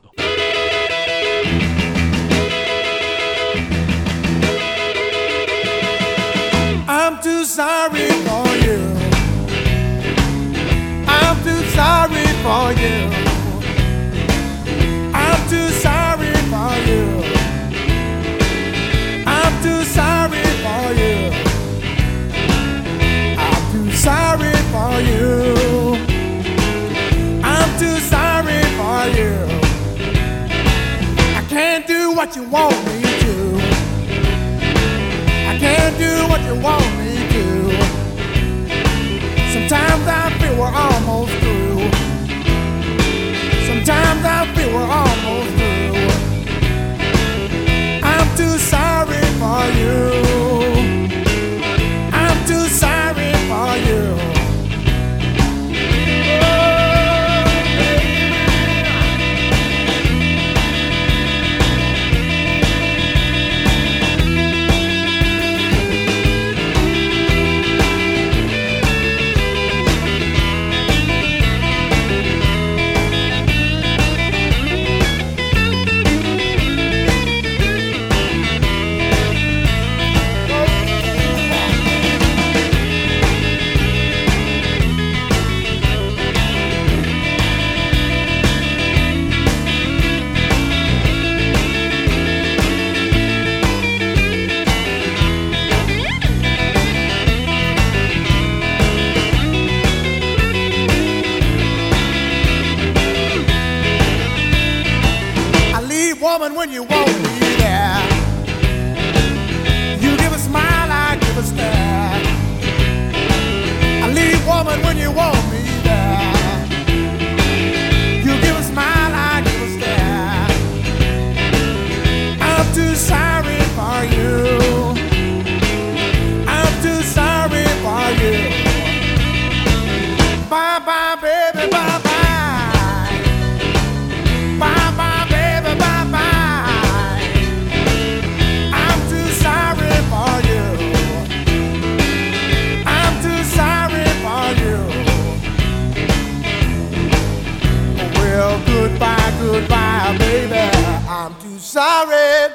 I'm too sorry for you. I'm too sorry for you. I'm too sorry for you. I'm too sorry for you. I'm too sorry for you. I'm too sorry for you. I can't do what you want me to. I can't do what you want me to. Sometimes I feel we're almost through. Sometimes I feel we're almost through. I'm too sorry for you. I'm too sorry for you. When you want me there, you give a smile, I give a stare. I leave, woman, when you want me there. You give a smile, I give a stare. I'm too sorry for you. I'm too sorry for you. Bye bye, baby, bye bye. Bye bye, baby, bye bye. Well, goodbye, goodbye, baby. I'm too sorry.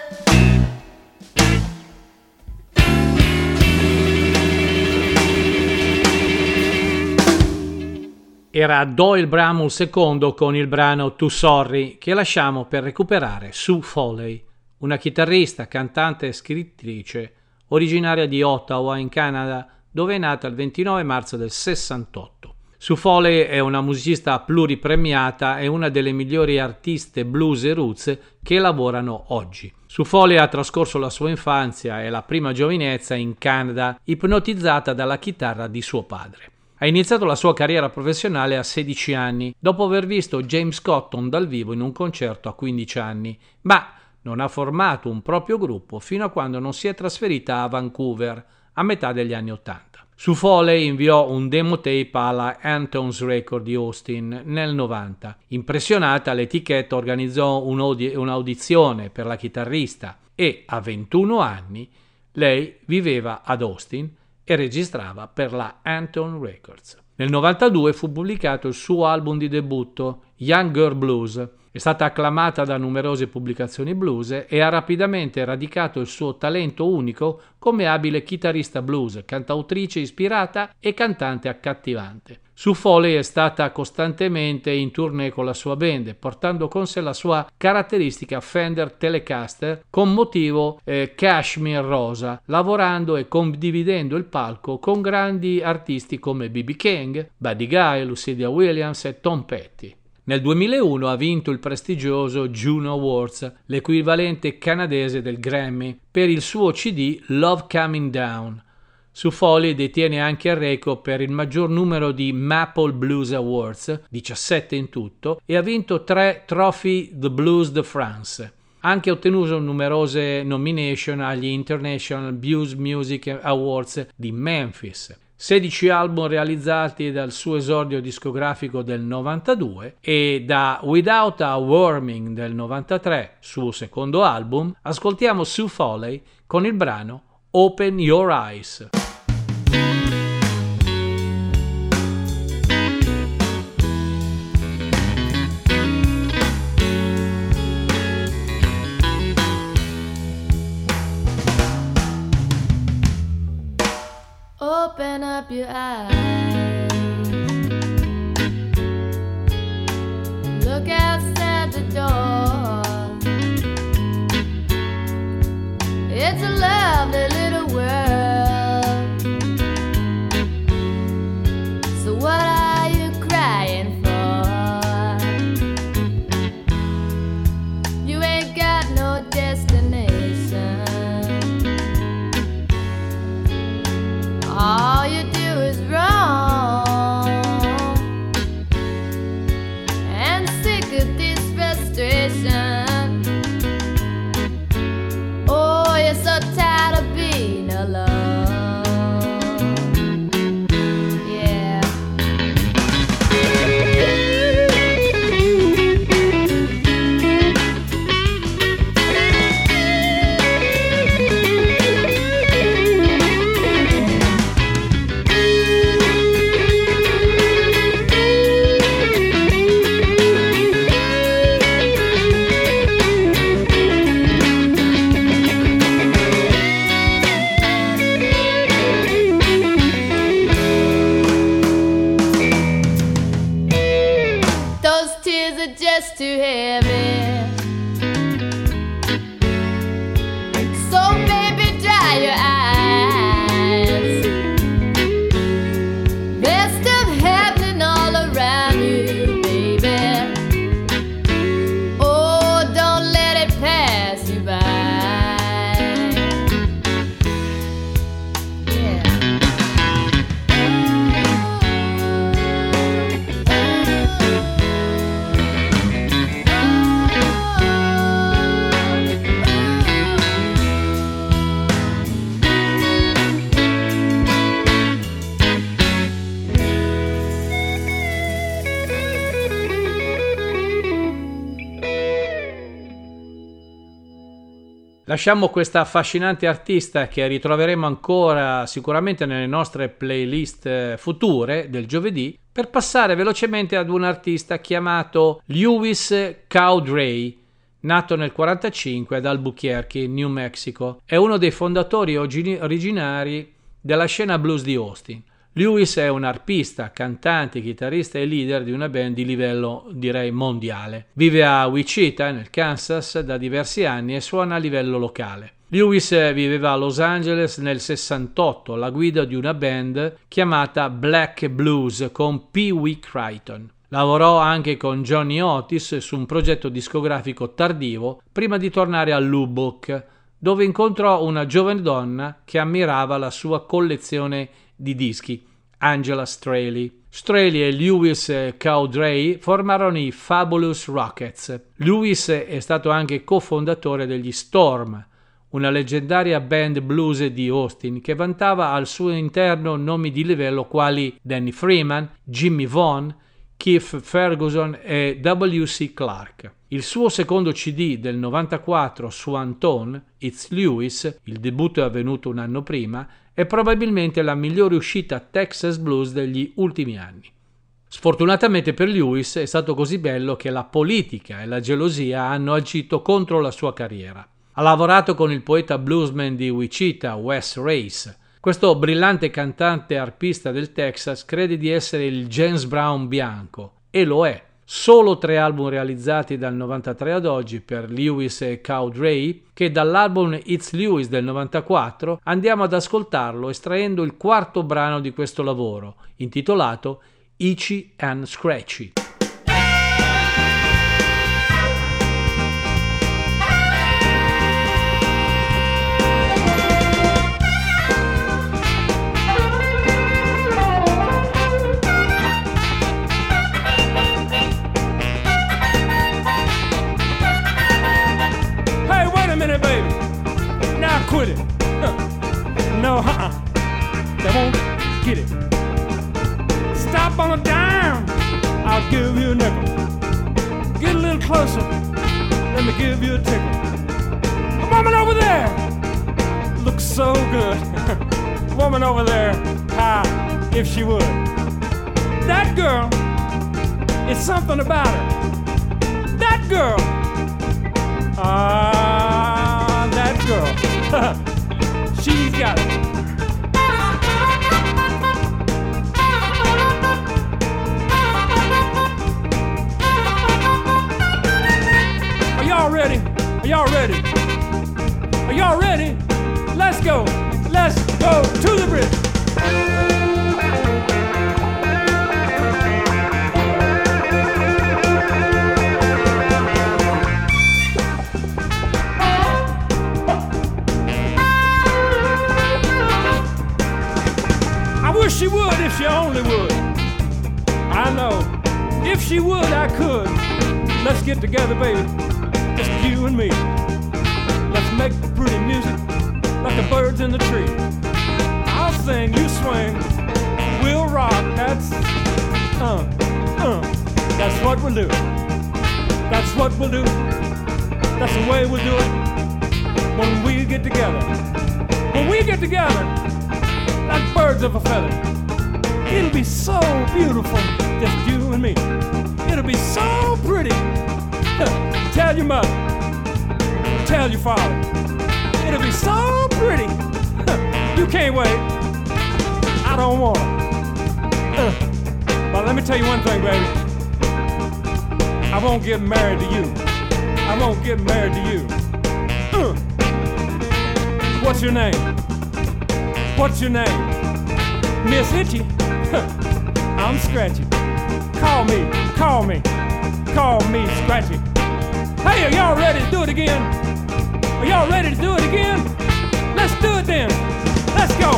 Era Doyle Bramhall II con il brano Too Sorry, che lasciamo per recuperare Sue Foley, una chitarrista, cantante e scrittrice originaria di Ottawa, in Canada, dove è nata il 29 marzo del 68. Sue Foley è una musicista pluripremiata e una delle migliori artiste blues e roots che lavorano oggi. Sue Foley ha trascorso la sua infanzia e la prima giovinezza in Canada, ipnotizzata dalla chitarra di suo padre. Ha iniziato la sua carriera professionale a 16 anni, dopo aver visto James Cotton dal vivo in un concerto a 15 anni, ma non ha formato un proprio gruppo fino a quando non si è trasferita a Vancouver a metà degli anni 80. Sue Foley inviò un demo tape alla Anton's Record di Austin nel 90. Impressionata, l'etichetta organizzò un'audizione per la chitarrista e, a 21 anni, lei viveva ad Austin e registrava per la Anton Records. Nel 92 fu pubblicato il suo album di debutto, Young Girl Blues. È stata acclamata da numerose pubblicazioni blues e ha rapidamente radicato il suo talento unico come abile chitarrista blues, cantautrice ispirata e cantante accattivante. Sue Foley è stata costantemente in tournée con la sua band, portando con sé la sua caratteristica Fender Telecaster con motivo cashmere rosa, lavorando e condividendo il palco con grandi artisti come B.B. King, Buddy Guy, Lucidia Williams e Tom Petty. Nel 2001 ha vinto il prestigioso Juno Awards, l'equivalente canadese del Grammy, per il suo CD Love Coming Down. Sue Foley detiene anche il record per il maggior numero di Maple Blues Awards, 17 in tutto, e ha vinto 3 Trophy The Blues de France. Ha anche ottenuto numerose nomination agli International Blues Music Awards di Memphis. 16 album realizzati dal suo esordio discografico del 92 e da Without a Warning del 93, suo secondo album, ascoltiamo Sue Foley con il brano Open Your Eyes. Open up your eyes. Look outside the door. It's a lovely little world. So what are you crying for? You ain't got no destination. All you do is wrong, and sick of this frustration. Oh, you're so tired of being alone. Yeah. Just too heavy. So baby, dry your eyes. There's stuff happening all around you, baby. Oh, don't let it pass you by. Lasciamo questa affascinante artista che ritroveremo ancora sicuramente nelle nostre playlist future del giovedì per passare velocemente ad un artista chiamato Lewis Cowdery, nato nel 1945 ad Albuquerque, New Mexico. È uno dei fondatori originari della scena blues di Austin. Lewis è un arpista, cantante, chitarrista e leader di una band di livello, direi, mondiale. Vive a Wichita, nel Kansas, da diversi anni e suona a livello locale. Lewis viveva a Los Angeles nel 68 alla guida di una band chiamata Black Blues con Pee Wee Creighton. Lavorò anche con Johnny Otis su un progetto discografico tardivo prima di tornare a Lubbock, dove incontrò una giovane donna che ammirava la sua collezione di dischi, Angela Straley. Straley e Lewis Cowdery formarono i Fabulous Rockets. Lewis è stato anche cofondatore degli Storm, una leggendaria band blues di Austin che vantava al suo interno nomi di livello quali Danny Freeman, Jimmy Vaughn, Keith Ferguson e W.C. Clark. Il suo secondo CD del 94, Swan Tone, It's Lewis, il debutto è avvenuto un anno prima, è probabilmente la migliore uscita Texas Blues degli ultimi anni. Sfortunatamente per Lewis è stato così bello che la politica e la gelosia hanno agito contro la sua carriera. Ha lavorato con il poeta bluesman di Wichita, Wes Race. Questo brillante cantante arpista del Texas crede di essere il James Brown bianco, e lo è. Solo 3 album realizzati dal 93 ad oggi per Lewis Cowdery, che dall'album It's Lewis del 94 andiamo ad ascoltarlo estraendo il quarto brano di questo lavoro, intitolato Itchy and Scratchy. that won't get it. Stop on a dime, I'll give you a nickel. Get a little closer, let me give you a tickle. The woman over there looks so good. The woman over there, if she would. That girl, it's something about her. That girl, that girl, she's got it. Are y'all ready? Are y'all ready? Are y'all ready? Let's go. Let's go to the bridge. I wish she would if she only would. I know. If she would, I could. Let's get together, baby. Just you and me. Let's make pretty music like the birds in the tree. I'll sing, you swing, we'll rock. That's what we'll do. That's what we'll do. That's the way we'll do it when we get together. When we get together, like birds of a feather. It'll be so beautiful, just you and me. It'll be so pretty. Tell your mother, tell your father. It'll be so pretty. You can't wait. I don't want it. But let me tell you one thing, baby. I won't get married to you. I won't get married to you. What's your name? What's your name? Miss Itchy? I'm Scratchy. Call me Scratchy. Hey, are y'all ready to do it again? Are y'all ready to do it again? Let's do it then. Let's go.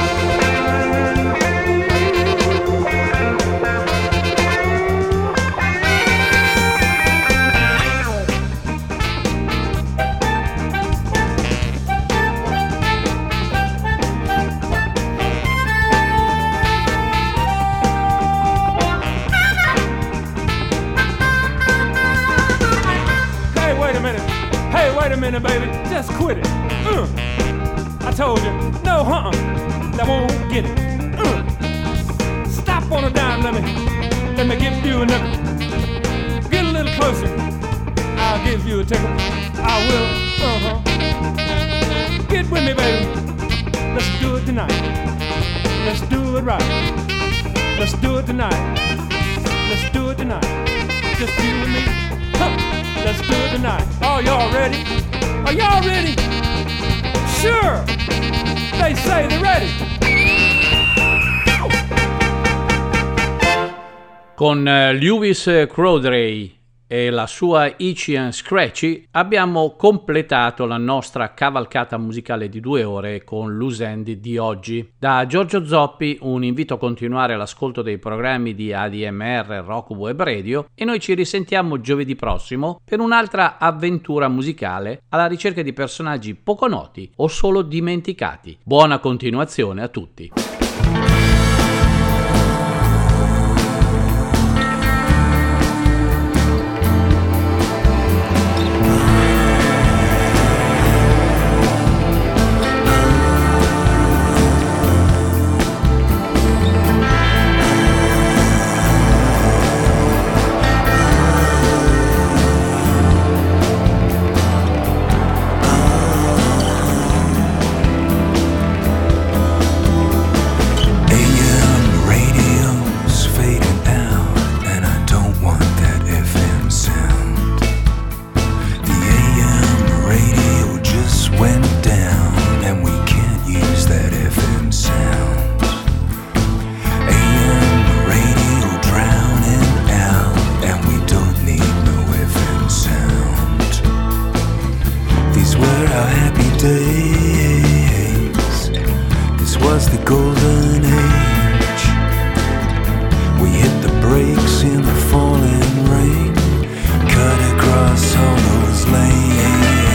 Wait a minute, baby, just quit it. I told you, no, that won't get it. Stop on a dime, let me give you a nickel. Get a little closer, I'll give you a tickle. I will, Get with me, baby. Let's do it tonight. Let's do it right. Let's do it tonight. Let's do it tonight. Just you and me. Let's do it tonight. Oh, y'all ready? Are y'all ready? Sure. They say they're ready. Con Lewis Crowdery e la sua Itchy and Scratchy abbiamo completato la nostra cavalcata musicale di 2 ore con Loose End di oggi. Da Giorgio Zoppi un invito a continuare l'ascolto dei programmi di ADMR, Rock Web Radio, e noi ci risentiamo giovedì prossimo per un'altra avventura musicale alla ricerca di personaggi poco noti o solo dimenticati. Buona continuazione a tutti.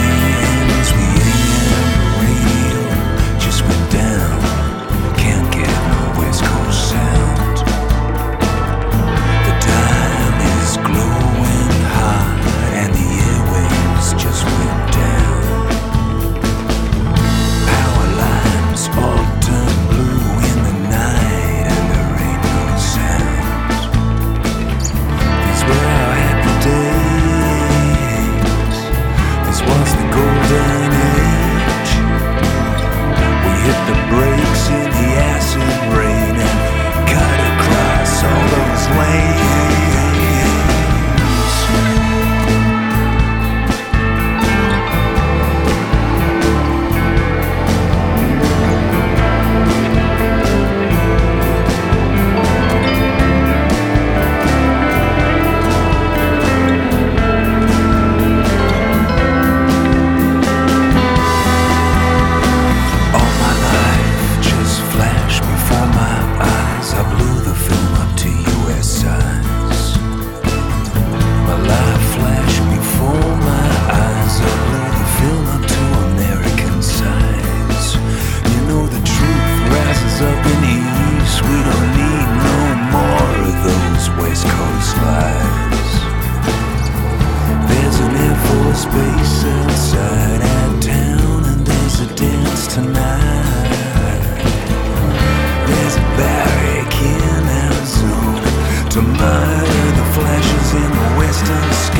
Can't get fire, the flashes in the western sky.